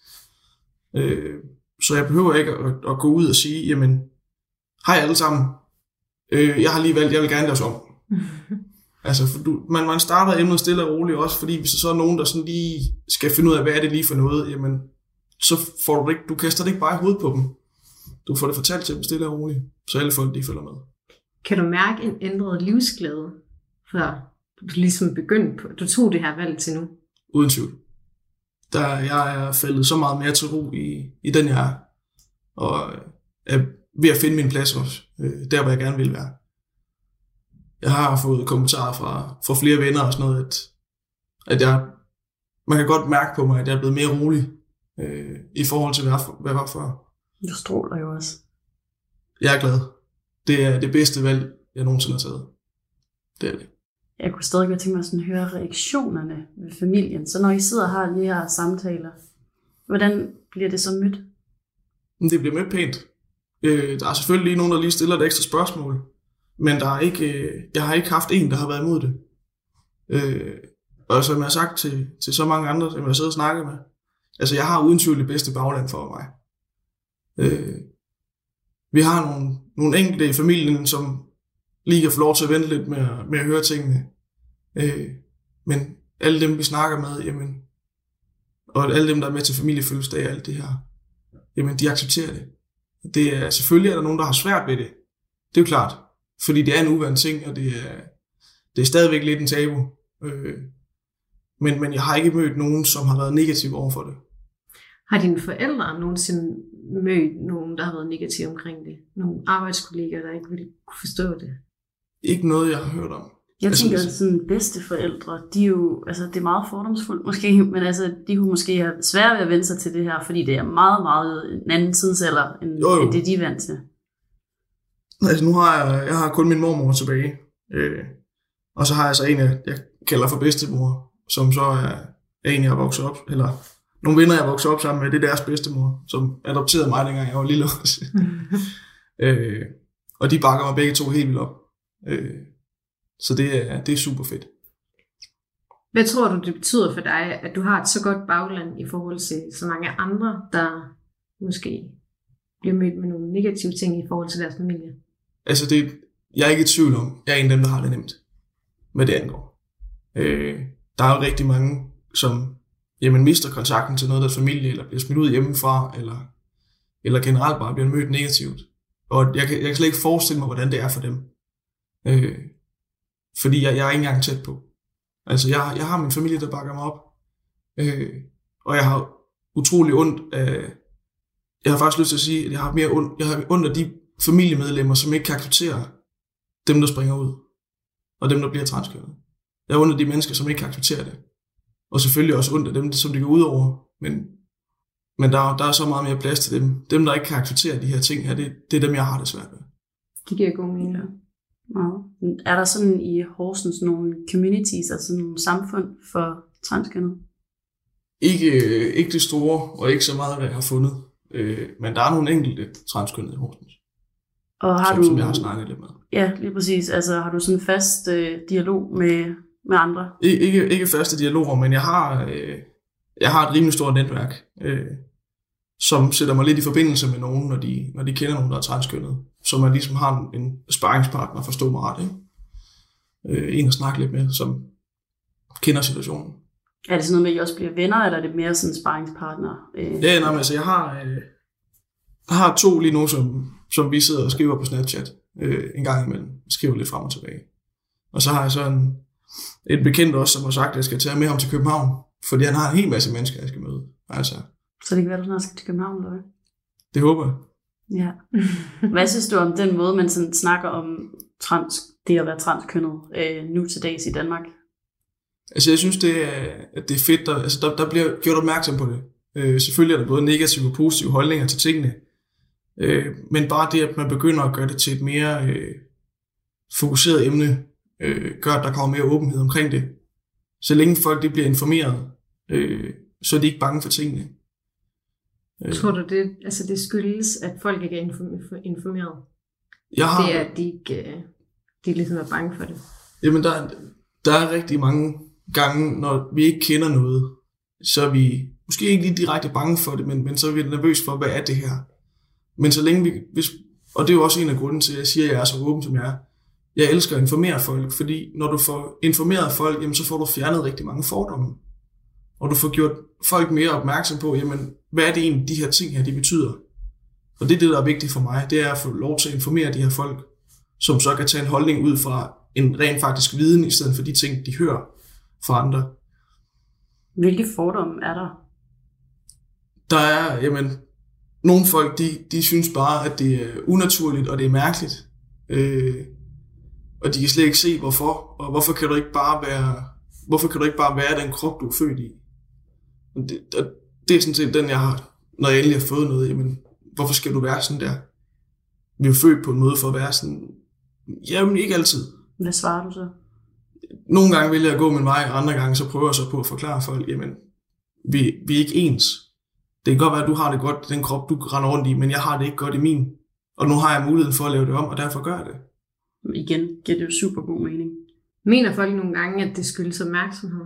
ikke? Så jeg behøver ikke at gå ud og sige, jamen, hej alle sammen. Jeg har lige valgt, jeg vil gerne laves om. Altså, man starter emnet stille og roligt også, fordi hvis der så er nogen, der sådan lige skal finde ud af, hvad er det lige for noget, jamen, så får du det ikke, du kaster det ikke bare i hovedet på dem. Du får det fortalt til dem stille og roligt, så alle folk de følger med. Kan du mærke en ændret livsglæde, før du ligesom begyndte på, du tog det her valg til nu? Uden tvivl. Jeg er faldet så meget mere til ro i den jeg er, og er ved at finde min plads også, der hvor jeg gerne vil være. Jeg har fået kommentarer fra flere venner og sådan noget, at man kan godt mærke på mig, at jeg er blevet mere rolig i forhold til, hvad jeg var før. Du stråler jo også. Jeg er glad. Det er det bedste valg, jeg nogensinde har taget. Det er det. Jeg kunne stadig godt tænke mig at høre reaktionerne ved familien. Så når I sidder og har de her samtaler, hvordan bliver det så mødt? Det bliver mødt pænt. Der er selvfølgelig lige nogen, der lige stiller et ekstra spørgsmål. Men der er ikke, jeg har ikke haft en, der har været imod det. Og som jeg har sagt til så mange andre, som jeg har siddet og snakket med, altså jeg har uden tvivl det bedste bagland for mig. Vi har nogle enkelte i familien, som lige kan få lov til at vente lidt med at høre tingene. Men alle dem, vi snakker med, jamen, og alle dem, der er med til familiefødselsdag og alt det her, jamen, de accepterer det. Selvfølgelig er der nogen, der har svært ved det. Det er jo klart. Fordi det er en uvant ting, og det er stadigvæk lidt en tabu. Men jeg har ikke mødt nogen, som har været negativ over for det. Har dine forældre nogensinde mødt nogen, der har været negativ omkring det? Nogle arbejdskolleger, der ikke ville kunne forstå det? Ikke noget, jeg har hørt om. Jeg tænker, at sådan bedsteforældre, de er jo, altså det er meget fordomsfuldt måske, men altså de kunne måske have svært ved at vende sig til det her, fordi det er meget, meget en anden tidsalder, end det de er vant til. Altså nu har jeg har kun min mormor tilbage, og så har jeg så en, jeg kalder for bedstemor, som så er en, jeg har vokset op, eller nogle venner, jeg har vokset op sammen med, det er deres bedstemor, som adopterede mig, dengang jeg var lille også. Og de bakker mig begge to helt vildt op. Så det er super fedt. Hvad tror du, det betyder for dig, at du har et så godt bagland i forhold til så mange andre, der måske bliver mødt med nogle negative ting i forhold til deres familie? Altså jeg er ikke i tvivl om, jeg er en af dem, der har det nemt, hvad det angår. Der er jo rigtig mange, som mister kontakten til noget af deres familie, eller bliver smidt ud hjemmefra, eller generelt bare bliver mødt negativt. Og jeg kan slet ikke forestille mig, hvordan det er for dem. Fordi jeg er ikke engang tæt på. Altså jeg har min familie, der bakker mig op. Og jeg har utrolig ondt af, jeg har faktisk lyst til at sige, at jeg har ondt af de familiemedlemmer, som ikke kan acceptere dem, der springer ud, og dem, der bliver transkønnet. Jeg har ondt af de mennesker, som ikke kan acceptere det. Og selvfølgelig også ondt af dem, som det går ud over. Men der er så meget mere plads til dem. Dem, der ikke kan acceptere de her ting her, det er dem, jeg har det svært med. Det giver god mening. Ja. Er der sådan i Horsens nogle communities, altså nogle samfund for transkønnet? Ikke det store, og ikke så meget, hvad jeg har fundet. Men der er nogle enkelte transkønnede i Horsens. Og har som jeg har snakket lidt med. Ja, lige præcis. Altså har du sådan en fast dialog med andre? Ikke faste dialoger, men jeg har et rimelig stort netværk, som sætter mig lidt i forbindelse med nogen, når de kender nogen, der er transkønnet. Så man ligesom har en sparringspartner, forstå mig ret, ikke? En at snakke lidt med, som kender situationen. Er det sådan noget med, at I også bliver venner, eller er det mere sådan en sparringspartner? Ja, altså har 2 lige nu, som vi sidder og skriver på Snapchat en gang imellem. Skriver lidt frem og tilbage. Og så har jeg så et bekendt også, som har sagt, at jeg skal tage med ham til København. Fordi han har en hel masse mennesker, jeg skal møde. Altså. Så det kan være, du snart skal til København, eller hvad? Det håber jeg. Ja. Hvad synes du om den måde, man sådan snakker om det at være transkønnet nu til dags i Danmark? Altså jeg synes, det er fedt, der bliver gjort opmærksom på det. Selvfølgelig er der både negative og positive holdninger til tingene. Men bare det, at man begynder at gøre det til et mere fokuseret emne, gør, at der kommer mere åbenhed omkring det. Så længe folk det bliver informeret, så er de ikke bange for tingene. Tror du, det skyldes, at folk ikke er informeret? Det er, at de ligesom er bange for det. Jamen, der er rigtig mange gange, når vi ikke kender noget, så er vi måske ikke lige direkte bange for det, men så er vi nervøse for, hvad er det her? Men så længe og det er jo også en af grunden til, at jeg siger, at jeg er så åben, som jeg er. Jeg elsker at informere folk, fordi når du får informeret folk, jamen, så får du fjernet rigtig mange fordomme. Og du får gjort folk mere opmærksom på, jamen, hvad er det egentlig, de her ting her, de betyder? Og det er det, der er vigtigt for mig, det er at få lov til at informere de her folk, som så kan tage en holdning ud fra en rent faktisk viden, i stedet for de ting, de hører fra andre. Hvilke fordomme er der? Der er, jamen, nogle folk, de synes bare, at det er unaturligt, og det er mærkeligt. Og de kan slet ikke se, hvorfor. Og hvorfor kan du ikke bare være den krop, du er født i? Det er sådan set den, jeg har, når jeg endelig har fået noget. Jamen, hvorfor skal du være sådan der? Vi er født på en måde for at være sådan. Jamen, ikke altid. Hvad svarer du så? Nogle gange vælger jeg at gå min vej, og andre gange så prøver jeg så på at forklare folk, jamen, vi er ikke ens. Det kan godt være, at du har det godt i den krop, du render rundt i, men jeg har det ikke godt i min. Og nu har jeg muligheden for at lave det om, og derfor gør jeg det. Igen giver det jo super god mening. Mener folk nogle gange, at det skyldes opmærksomhed?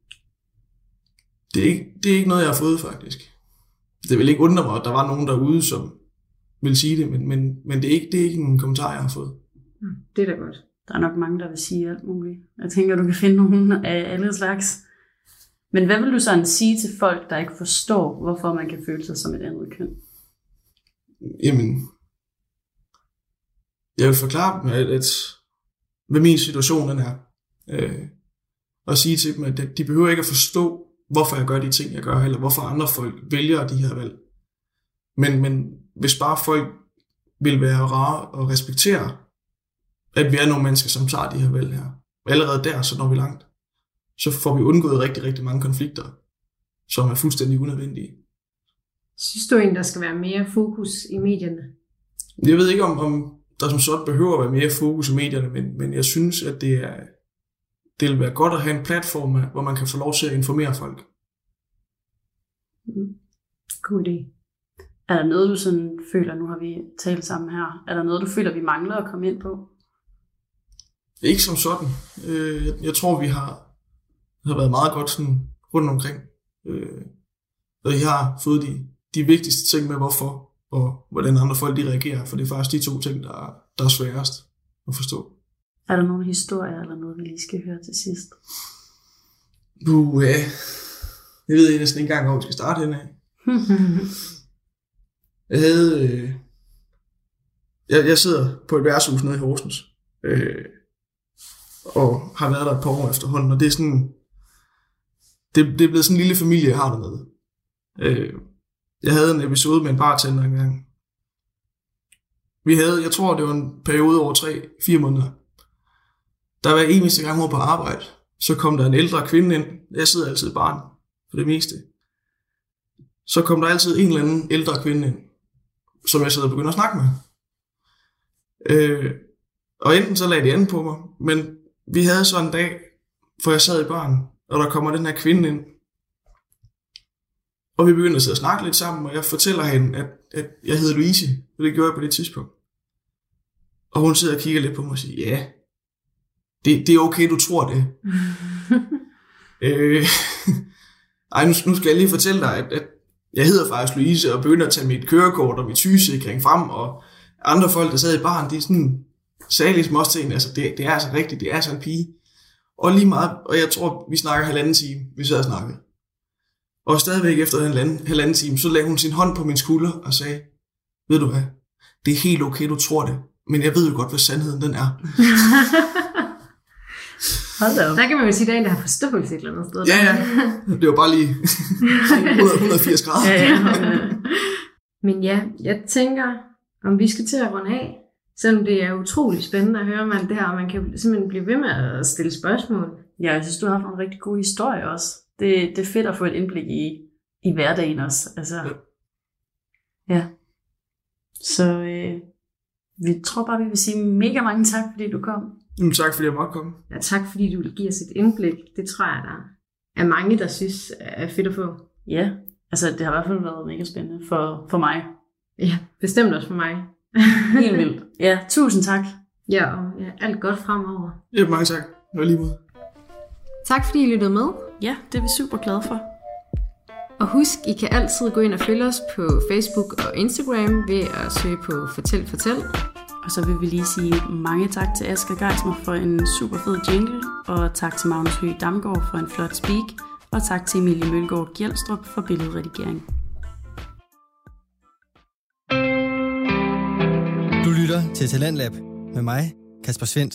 Det er ikke noget, jeg har fået, faktisk. Det vil ikke undre mig, at der var nogen derude, som vil sige det, men det er ikke en kommentar, jeg har fået. Det er da godt. Der er nok mange, der vil sige alt muligt. Jeg tænker, du kan finde nogen af alle slags. Men hvad vil du sådan sige til folk, der ikke forstår, hvorfor man kan føle sig som et andet køn? Jamen, jeg vil forklare dem, at hvad min situation den er. Og sige til dem, at de behøver ikke at forstå, hvorfor jeg gør de ting, jeg gør, eller hvorfor andre folk vælger de her valg. Men hvis bare folk vil være rare og respektere, at vi er nogle mennesker, som tager de her valg her. Allerede der, så når vi langt. Så får vi undgået rigtig, rigtig mange konflikter, som er fuldstændig unødvendige. Synes du egentlig, der skal være mere fokus i medierne? Jeg ved ikke, om der som sådan behøver at være mere fokus i medierne, men jeg synes, at det vil være godt at have en platform, hvor man kan få lov til at informere folk. God idé. Er der noget, du sådan føler, nu har vi talt sammen her, er der noget, du føler, vi mangler at komme ind på? Ikke som sådan. Jeg tror, vi har været meget godt sådan rundt omkring. Og jeg har fået de vigtigste ting med, hvorfor og hvordan andre folk de reagerer, for det er faktisk de 2 ting, der er sværest at forstå. Er der nogle historier eller noget, vi lige skal høre til sidst? Ja. Jeg ved næsten ikke engang, hvor vi skal starte henne af. Jeg sidder på et værtshus nede i Horsens, og har været der et par år efterhånden, og det er sådan, det er blevet sådan en lille familie, jeg har dernede. Jeg havde en episode med en bartender engang. Jeg tror, det var en periode over 3-4 måneder. Der var en eneste gang på arbejde, så kom der en ældre kvinde ind. Jeg sidder altid i baren, for det meste. Så kom der altid en eller anden ældre kvinde ind, som jeg sidder og begynder at snakke med. Og enten så lagde de an på mig, men vi havde så en dag, hvor jeg sad i baren, og der kommer den her kvinde ind. Og vi begynder at sidde og snakke lidt sammen, og jeg fortæller hende, at jeg hedder Louise, og det gjorde jeg på det tidspunkt. Og hun sidder og kigger lidt på mig og siger, ja, det er okay, du tror det. Nu skal jeg lige fortælle dig, at jeg hedder faktisk Louise, og begynder at tage mit kørekort og mit sygesikring frem, og andre folk, der sad i baren, de sådan, sagde ligesom også til hende, altså det er altså rigtigt, det er altså en pige. Og lige meget, og jeg tror, vi snakker 1,5 time, vi sad og snakkede. Og stadigvæk efter 1,5 time, så lagde hun sin hånd på min skulder og sagde, ved du hvad, det er helt okay, du tror det, men jeg ved jo godt, hvad sandheden den er. Der kan man jo sige, at der er en, der har forståelse et eller andet sted. Ja. Det var bare lige 180 grader. Ja. Men ja, jeg tænker, om vi skal til at runde af, selvom det er utrolig spændende at høre om alt det her, og man kan simpelthen blive ved med at stille spørgsmål. Ja, jeg synes, du har haft en rigtig god historie også. Det er fedt at få et indblik i hverdagen også. Altså, ja. Så vi tror bare, vi vil sige mega mange tak, fordi du kom. Tak, fordi jeg måtte komme. Ja, tak, fordi du vil give os et indblik. Det tror jeg, der er mange, der synes er fedt at få. Ja, altså det har i hvert fald været mega spændende for mig. Ja, bestemt også for mig. Helt vildt. Ja, tusind tak. Ja, og alt godt fremover. Ja, mange tak. Det var lige måde. Tak fordi I lyttede med. Ja, det er vi super glade for. Og husk, I kan altid gå ind og følge os på Facebook og Instagram ved at søge på Fortæl. Og så vil vi lige sige mange tak til Asger Geismer for en super fed jingle, og tak til Magnus Høgh Damgaard for en flot speak, og tak til Emilie Mølgaard Gjelstrup for billedredigering. Du lytter til Talentlab med mig, Kasper Svendt.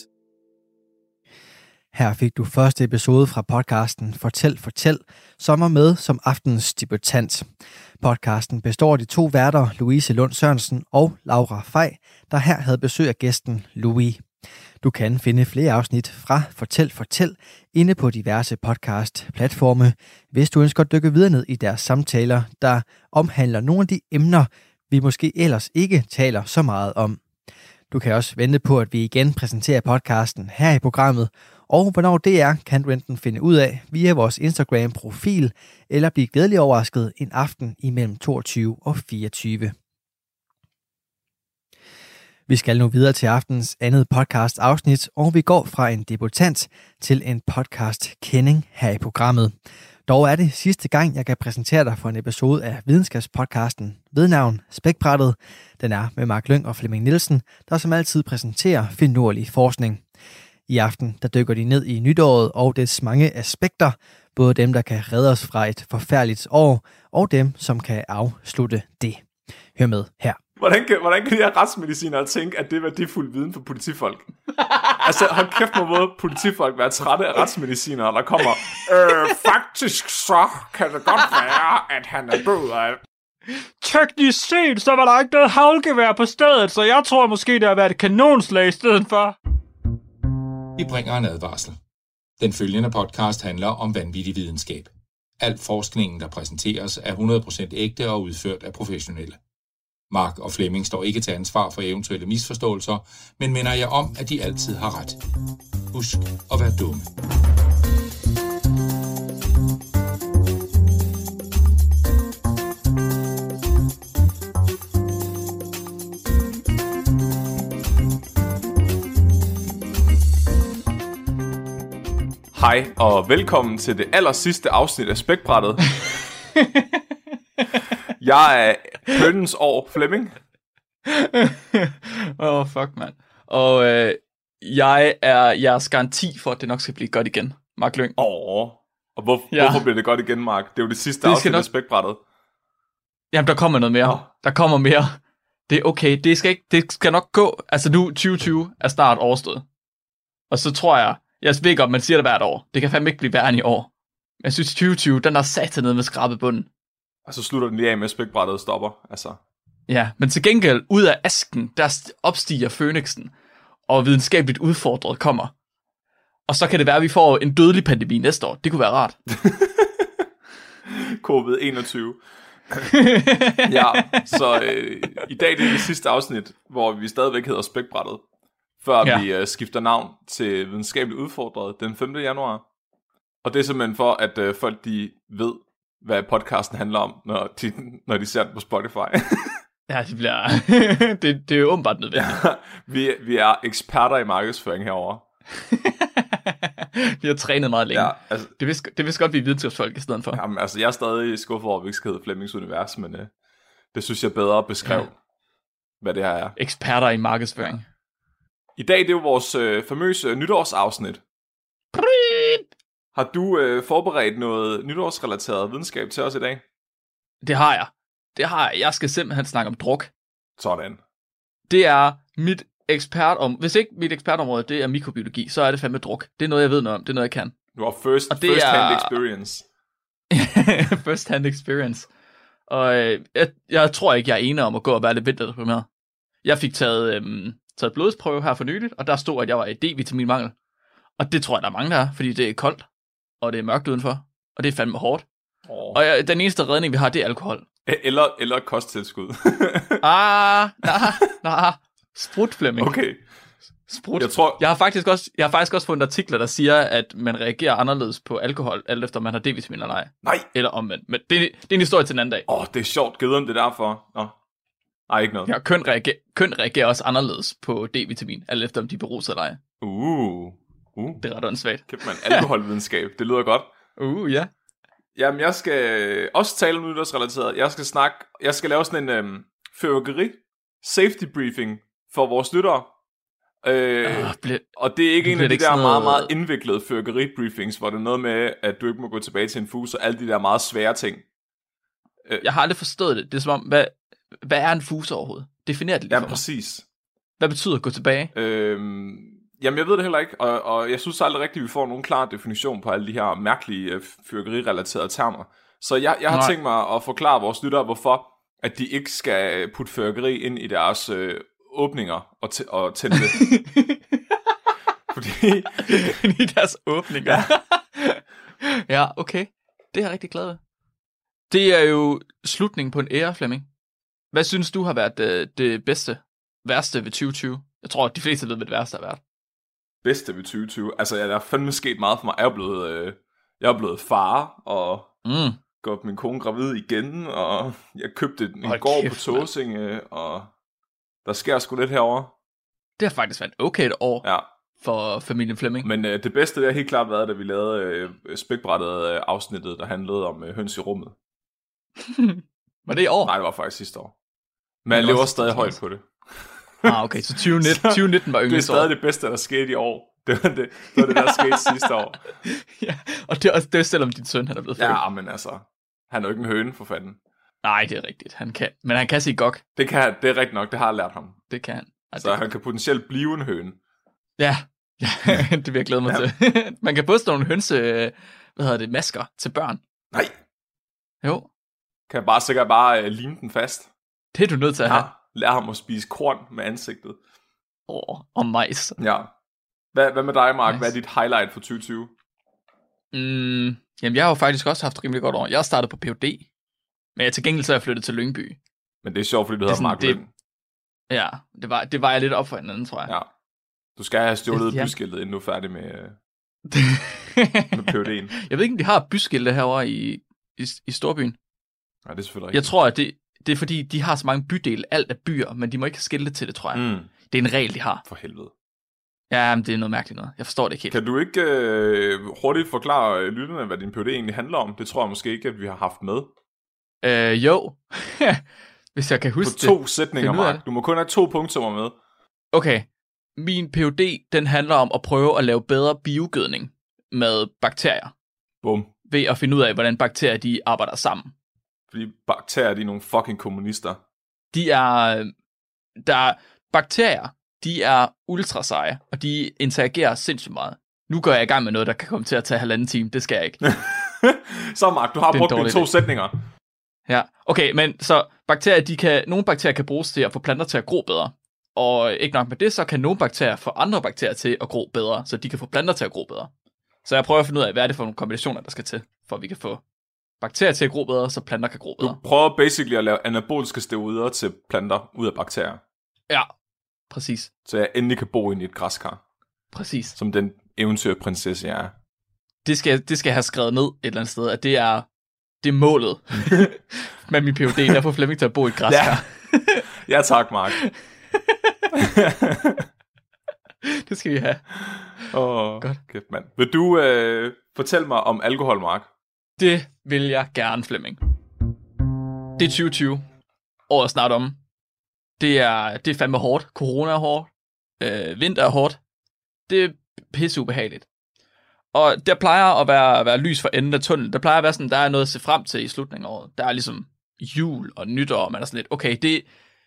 Her fik du første episode fra podcasten Fortæl, som er med som aftenens debutant. Podcasten består af de to værter, Louise Lund Sørensen og Laura Fej, der her havde besøg af gæsten Louis. Du kan finde flere afsnit fra Fortæl inde på diverse podcast-platforme, hvis du ønsker at dykke videre ned i deres samtaler, der omhandler nogle af de emner, vi måske ellers ikke taler så meget om. Du kan også vente på, at vi igen præsenterer podcasten her i programmet, og hvornår det er, kan du enten finde ud af via vores Instagram-profil, eller blive glædelig overrasket en aften imellem 22 og 24. Vi skal nu videre til aftens andet podcast-afsnit, og vi går fra en debutant til en podcast-kending her i programmet. Dog er det sidste gang, jeg kan præsentere dig for en episode af videnskabspodcasten ved navn Spækbrættet. Den er med Mark Lyng og Flemming Nielsen, der som altid præsenterer finurlig forskning. I aften der dykker de ned i nytåret og dets mange aspekter, både dem, der kan redde os fra et forfærdeligt år, og dem, som kan afslutte det. Hør med her. Hvordan kan de her retsmedicinere tænke, at det er værdifuld viden for politifolk? Altså, hold kæft, må politifolk være trætte af retsmedicinere, der kommer, faktisk så kan det godt være, at han er død af. Teknisk set, så var der ikke noget havlgevær på stedet, så jeg tror måske, det har været et kanonslag i stedet for. Vi bringer en advarsel. Den følgende podcast handler om vanvittig videnskab. Al forskningen, der præsenteres, er 100% ægte og udført af professionelle. Mark og Flemming står ikke til ansvar for eventuelle misforståelser, men minder jer om, at de altid har ret. Husk at være dumme. Hej og velkommen til det allersidste afsnit af Spækbrættet. Jeg er hønens år Flemming. Fuck, mand. Og jeg er jeres garanti for, at det nok skal blive godt igen, Mark Lyng. Og hvorfor bliver det godt igen, Mark? Det er jo det sidste afsnit af Spækbrættet. Jamen, der kommer noget mere. Der kommer mere. Det er okay. Det skal nok gå. Altså nu, 2020 er snart overstået. Og så tror jeg ved godt, man siger det hvert år. Det kan fandme ikke blive værre end i år. Men jeg synes, 2020, den er sat ned med skrabet bunden. Og så slutter den lige af med Spækbrættet stopper. Altså. Ja, men til gengæld, ud af asken, der opstiger Fønixen, og videnskabeligt udfordret kommer. Og så kan det være, at vi får en dødelig pandemi næste år. Det kunne være rart. COVID-21. Ja, så i dag det er det sidste afsnit, hvor vi stadigvæk hedder Spækbrættet. Før vi skifter navn til videnskabeligt udfordret den 5. januar. Og det er simpelthen for, at folk de ved, hvad podcasten handler om, når de ser den på Spotify. Ja, det bliver det er jo åbenbart nødvendigt. Ja, vi er eksperter i markedsføring herovre. Vi har trænet meget længe. Ja, altså, det vidste godt, vi er videnskabsfolk i stedet for. Jamen, altså, jeg er stadig skuffet over, at vi ikke skal hedde Flemmings Univers, men det synes jeg bedre beskrev, hvad det her er. Eksperter i markedsføring. I dag det er jo vores famøse nytårsafsnit. Har du forberedt noget nytårsrelateret videnskab til os i dag? Det har jeg. Jeg skal simpelthen snakke om druk. Sådan. Det er mit hvis ikke mit ekspertområde, det er mikrobiologi, så er det fandme druk. Det er noget, jeg ved noget om. Det er noget, jeg kan. Du har first-hand experience. First-hand experience. Og jeg tror ikke, jeg er enig om at gå og være lidt vinterdeprimeret. Jeg fik taget blodsprøve her for nyligt, og der stod, at jeg var i D-vitaminmangel. Og det tror jeg, der er mange, der er, fordi det er koldt, og det er mørkt udenfor, og det er fandme hårdt. Og den eneste redning, vi har, det er alkohol. Eller kosttilskud. Sprut, Flemming. Okay. Sprut. Jeg har faktisk også fundet artikler, der siger, at man reagerer anderledes på alkohol, alt efter man har D-vitamin eller ej. Nej. Eller omvendt. Men det er en historie til en anden dag. Det er sjovt. Givet om det derfor. Nå. Nej, ikke noget. Ja, køn reagerer også anderledes på D-vitamin, alt efter om de beruser eller ej. Det er ret åndssvagt. Kæft man, alkoholvidenskab. Det lyder godt. Ja. Jamen, jeg skal også tale om nytårsrelateret. Jeg skal lave sådan en fyrværkeri safety briefing for vores lyttere. Og det er ikke en af de der meget, meget indviklede fyrværkeri-briefings, hvor det er noget med, at du ikke må gå tilbage til en fuse, og alle de der meget svære ting. Jeg har aldrig forstået det. Det er som om, hvad er en fuse overhovedet? Definer det lige for mig. Præcis. Hvad betyder at gå tilbage? Jamen, jeg ved det heller ikke, og jeg synes aldrig rigtigt, at vi får nogen klar definition på alle de her mærkelige fyrværkeri-relaterede termer. Så jeg har tænkt mig at forklare vores lyttere, hvorfor at de ikke skal putte fyrværkeri ind i deres åbninger og tænde det. Fordi i deres åbninger. Ja, okay. Det er jeg rigtig glad ved. Det er jo slutningen på en ære, Flemming. Hvad synes du har været det værste ved 2020? Jeg tror, at de fleste ved, hvad det værste har været. Bedste ved 2020? Altså, der er fandme sket meget for mig. Jeg er blevet far, og gjort min kone gravid igen, og jeg købte den i går på Tåsinge, og der sker sgu lidt herovre. Det har faktisk været okay et år for familien Flemming. Men det bedste, det har helt klart været, da vi lavede spækbrættet afsnittet, der handlede om høns i rummet. Var det i år? Nej, det var faktisk sidste år. Men jeg lever stadig højt på det. Okay, så 2019 var yndlingsår. Det er stadig det bedste, der skete i år. Det var det der skete sidste år. Ja, og det er også det, selvom din søn han er blevet født. Ja, men altså, han er jo ikke en høne, for fanden. Nej, det er rigtigt. Men han kan sige gok. Det er rigtigt nok, det har jeg lært ham. Det kan han. Så han kan potentielt blive en høne. Ja, det vil jeg glæde mig til. Man kan poste nogle masker til børn. Nej. Jo. Kan jeg sikkert bare lime den fast. Det er du nødt til at have. Lær ham at spise korn med ansigtet. Og majs. Ja. Hvad med dig, Mark? Nice. Hvad er dit highlight for 2020? Jamen, jeg har jo faktisk også haft rimelig godt år. Jeg har startet på Ph.D. Men til gengæld så er jeg flyttet til Lyngby. Men det er sjovt, fordi du hedder Mark Lyng. Ja, det var jeg lidt op for hinanden, tror jeg. Ja. Du skal have stjålet byskiltet, inden du er færdig med Ph.D.'en. Jeg ved ikke, om de har byskilte herovre i Storbyen. Nej, det er selvfølgelig rigtigt. Jeg tror, at det er fordi, de har så mange bydele. Alt er byer, men de må ikke have skilte til det, tror jeg. Det er en regel, de har. For helvede. Ja, men det er noget mærkeligt noget. Jeg forstår det ikke helt. Kan du ikke hurtigt forklare lytterne, hvad din Ph.D. egentlig handler om? Det tror jeg måske ikke, at vi har haft med. Jo. Hvis jeg kan huske det. På 2 sætninger, Mark. Du må kun have 2 punktummer med. Okay. Min Ph.D., den handler om at prøve at lave bedre biogødning med bakterier. Bum. Ved at finde ud af, hvordan bakterier de arbejder sammen. Fordi bakterier, de er nogle fucking kommunister. Bakterier, de er ultra seje, og de interagerer sindssygt meget. Nu går jeg i gang med noget, der kan komme til at tage 1,5 time. Det skal jeg ikke. Så Mark, du har brugt dine 2 sætninger. Ja, okay, men så nogle bakterier kan bruges til at få planter til at gro bedre. Og ikke nok med det, så kan nogle bakterier få andre bakterier til at gro bedre, så de kan få planter til at gro bedre. Så jeg prøver at finde ud af, hvad er det for nogle kombinationer, der skal til, for at vi kan få bakterier til at gro bedre, så planter kan gro bedre. Du prøver basically at lave anaboliske steroider til planter ud af bakterier. Ja, præcis. Så jeg endelig kan bo ind i et græskar. Præcis. Som den eventyrprinsesse, jeg er. Det skal jeg have skrevet ned et eller andet sted, at det er målet med min Ph.D. Der får Flemming til at bo i et græskar. Ja, tak, Mark. Det skal vi have. Godt. Kæft, mand. Vil du fortælle mig om alkohol, Mark? Det vil jeg gerne, Flemming. Det er 2020. Året er snart om. Det er fandme hårdt. Corona er hårdt. Vinter er hårdt. Det er pisse ubehageligt. Og der plejer at være lys for enden af tunnelen. Der plejer at være sådan, der er noget at se frem til i slutningen af året. Der er ligesom jul og nytår, og man er sådan lidt, okay,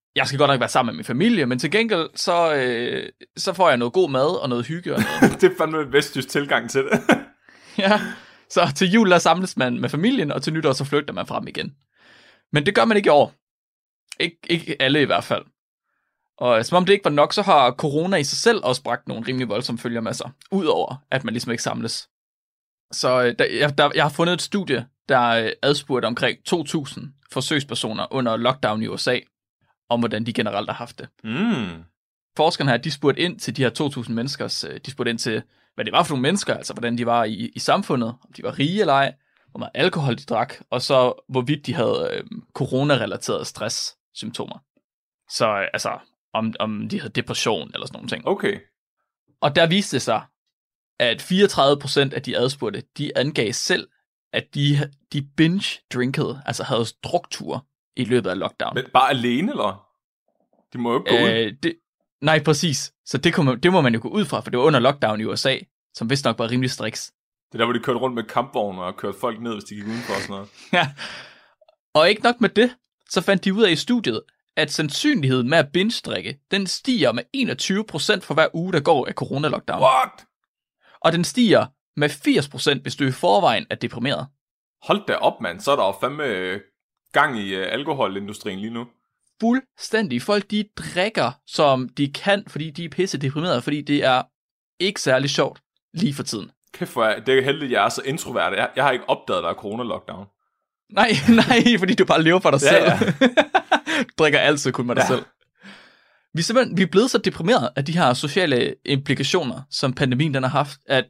jeg skal godt nok være sammen med min familie, men til gengæld, så får jeg noget god mad og noget hygge og noget. Det er fandme en vestjysk tilgang til det. Ja, så til jul der samles man med familien, og til nytår så flygter man fra dem igen. Men det gør man ikke i år. Ikke alle i hvert fald. Og som om det ikke var nok, så har corona i sig selv også bragt nogle rimelig voldsomme følger med sig. Udover at man ligesom ikke samles. Så jeg har fundet et studie, der adspurgte omkring 2.000 forsøgspersoner under lockdown i USA, om hvordan de generelt har haft det. Forskerne her, de spurgte ind til de her 2.000 menneskers, de spurgte ind til, hvad det var for nogle mennesker, altså hvordan de var i samfundet, om de var rige eller ej, hvor meget alkohol de drak, og så hvorvidt de havde corona-relaterede stresssymptomer. Så altså, om de havde depression eller sådan nogle ting. Okay. Og der viste det sig, at 34% af de adspurgte, de angav selv, at de binge-drinkede, altså havde drukture i løbet af lockdown. Men bare alene, eller? De må jo ikke gå ud. Nej, præcis. Så det må man jo gå ud fra, for det var under lockdown i USA, som vist nok var rimelig striks. Det er der, hvor de kørte rundt med kampvogne og kørte folk ned, hvis de gik udenfor og sådan noget. Ja. Og ikke nok med det, så fandt de ud af i studiet, at sandsynligheden med at binge-drikke, den stiger med 21% for hver uge, der går af corona-lockdown. What? Og den stiger med 80%, hvis du i forvejen er deprimeret. Hold da op, mand. Så er der jo fandme gang i alkoholindustrien lige nu. Fuldstændig. Folk, de drikker, som de kan, fordi de er pisse deprimerede, fordi det er ikke særlig sjovt lige for tiden. Kæft, det er heldigt, jeg er så introvert. Jeg har ikke opdaget, at der er corona-lockdown. Nej, fordi du bare lever for dig selv. Ja. Du drikker altid kun med dig selv. Vi er blevet så deprimeret af de her sociale implikationer, som pandemien den har haft, at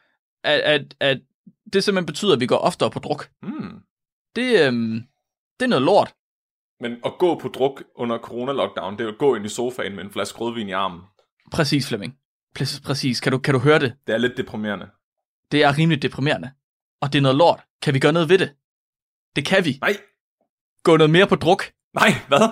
det simpelthen betyder, at vi går oftere på druk. Det er noget lort. Men at gå på druk under corona-lockdown, det er at gå ind i sofaen med en flaske rødvin i armen. Præcis, Flemming. Præcis. Kan du høre det? Det er lidt deprimerende. Det er rimelig deprimerende. Og det er noget lort. Kan vi gøre noget ved det? Det kan vi. Nej. Gå noget mere på druk. Nej, hvad?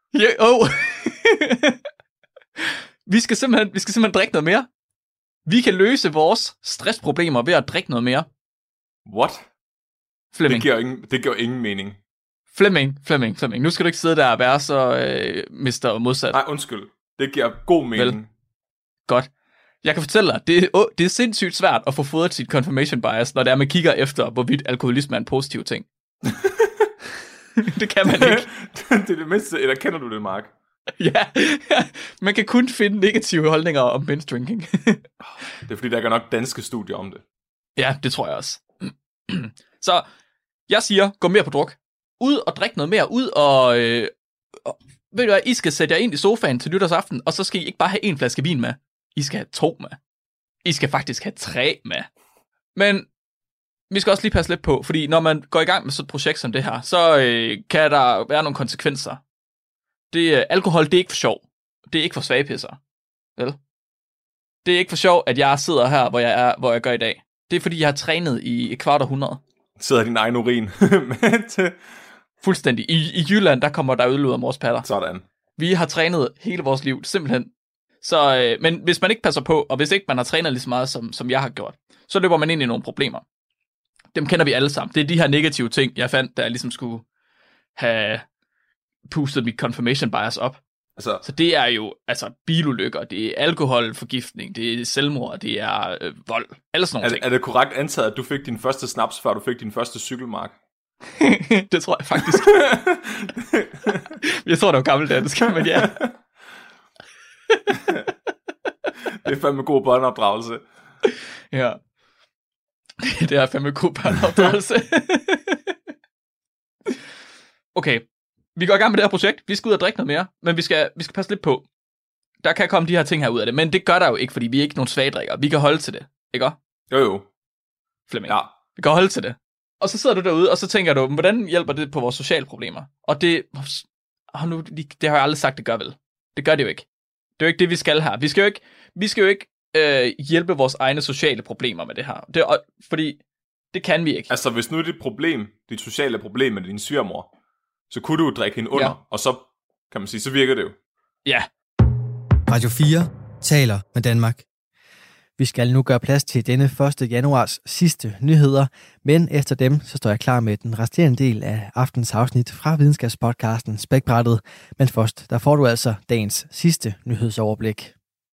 Vi skal simpelthen drikke noget mere. Vi kan løse vores stressproblemer ved at drikke noget mere. What? Flemming. Det giver ingen mening. Flemming. Nu skal du ikke sidde der og være så mister modsat. Nej, undskyld. Det giver god mening. Vel. Godt. Jeg kan fortælle dig, det er sindssygt svært at få fodret sit confirmation bias, når det er, man kigger efter, hvorvidt alkoholisme er en positiv ting. Det kan man ikke. Det er det mindste, eller kender du det, Mark? Ja, man kan kun finde negative holdninger om binge drinking. Det er fordi, der er nok danske studier om det. Ja, det tror jeg også. Så jeg siger, gå mere på druk. Ud og drikke noget mere. Ud og ved du hvad, I skal sætte jer ind i sofaen til nytårsaften, og så skal I ikke bare have 1 flaske vin med. I skal have 2 med. I skal faktisk have 3 med. Men vi skal også lige passe lidt på, fordi når man går i gang med sådan et projekt som det her, så kan der være nogle konsekvenser. Alkohol, det er ikke for sjov. Det er ikke for svagpisser. Vel? Det er ikke for sjov, at jeg sidder her, hvor jeg gør i dag. Det er fordi, jeg har trænet i et kvart århundrede. Sidder din egen urin til... Fuldstændig. I Jylland, der kommer der udlød af mors patter. Sådan. Vi har trænet hele vores liv, simpelthen. Så, men hvis man ikke passer på, og hvis ikke man har trænet lige så meget, som jeg har gjort, så løber man ind i nogle problemer. Dem kender vi alle sammen. Det er de her negative ting, jeg fandt, der ligesom skulle have pustet mit confirmation bias op. Altså, så det er jo bilulykker, det er alkoholforgiftning, det er selvmord, det er vold, alle sådan nogle ting. Er det korrekt antaget, at du fik din første snaps, før du fik din første cykelmark? Det tror jeg faktisk. Jeg tror, det var gammeldansk, men ja. Det er fandme god børneopdragelse. Ja. Det er fandme god børneopdragelse. Okay. Vi går i gang med det her projekt. Vi skal ud og drikke noget mere, men vi skal passe lidt på. Der kan komme de her ting her ud af det, men det gør der jo ikke, fordi vi er ikke nogen svagdrikkere. Vi kan holde til det, ikke? Jo. Flemming. Ja. Vi kan holde til det. Og så sidder du derude, og så tænker du, hvordan hjælper det på vores sociale problemer? Og det har jeg aldrig sagt, det gør vel. Det gør det jo ikke. Det er jo ikke det, vi skal her. Vi skal jo ikke hjælpe vores egne sociale problemer med det her. Fordi det kan vi ikke. Altså, hvis nu er dit sociale problem med din svigermor, så kunne du jo drikke hende under, og så, kan man sige, så virker det jo. Ja. Radio 4 taler med Danmark. Vi skal nu gøre plads til denne 1. januars sidste nyheder, men efter dem så står jeg klar med den resterende del af aftens afsnit fra videnskabspodcasten Spækbrættet. Men først, der får du altså dagens sidste nyhedsoverblik.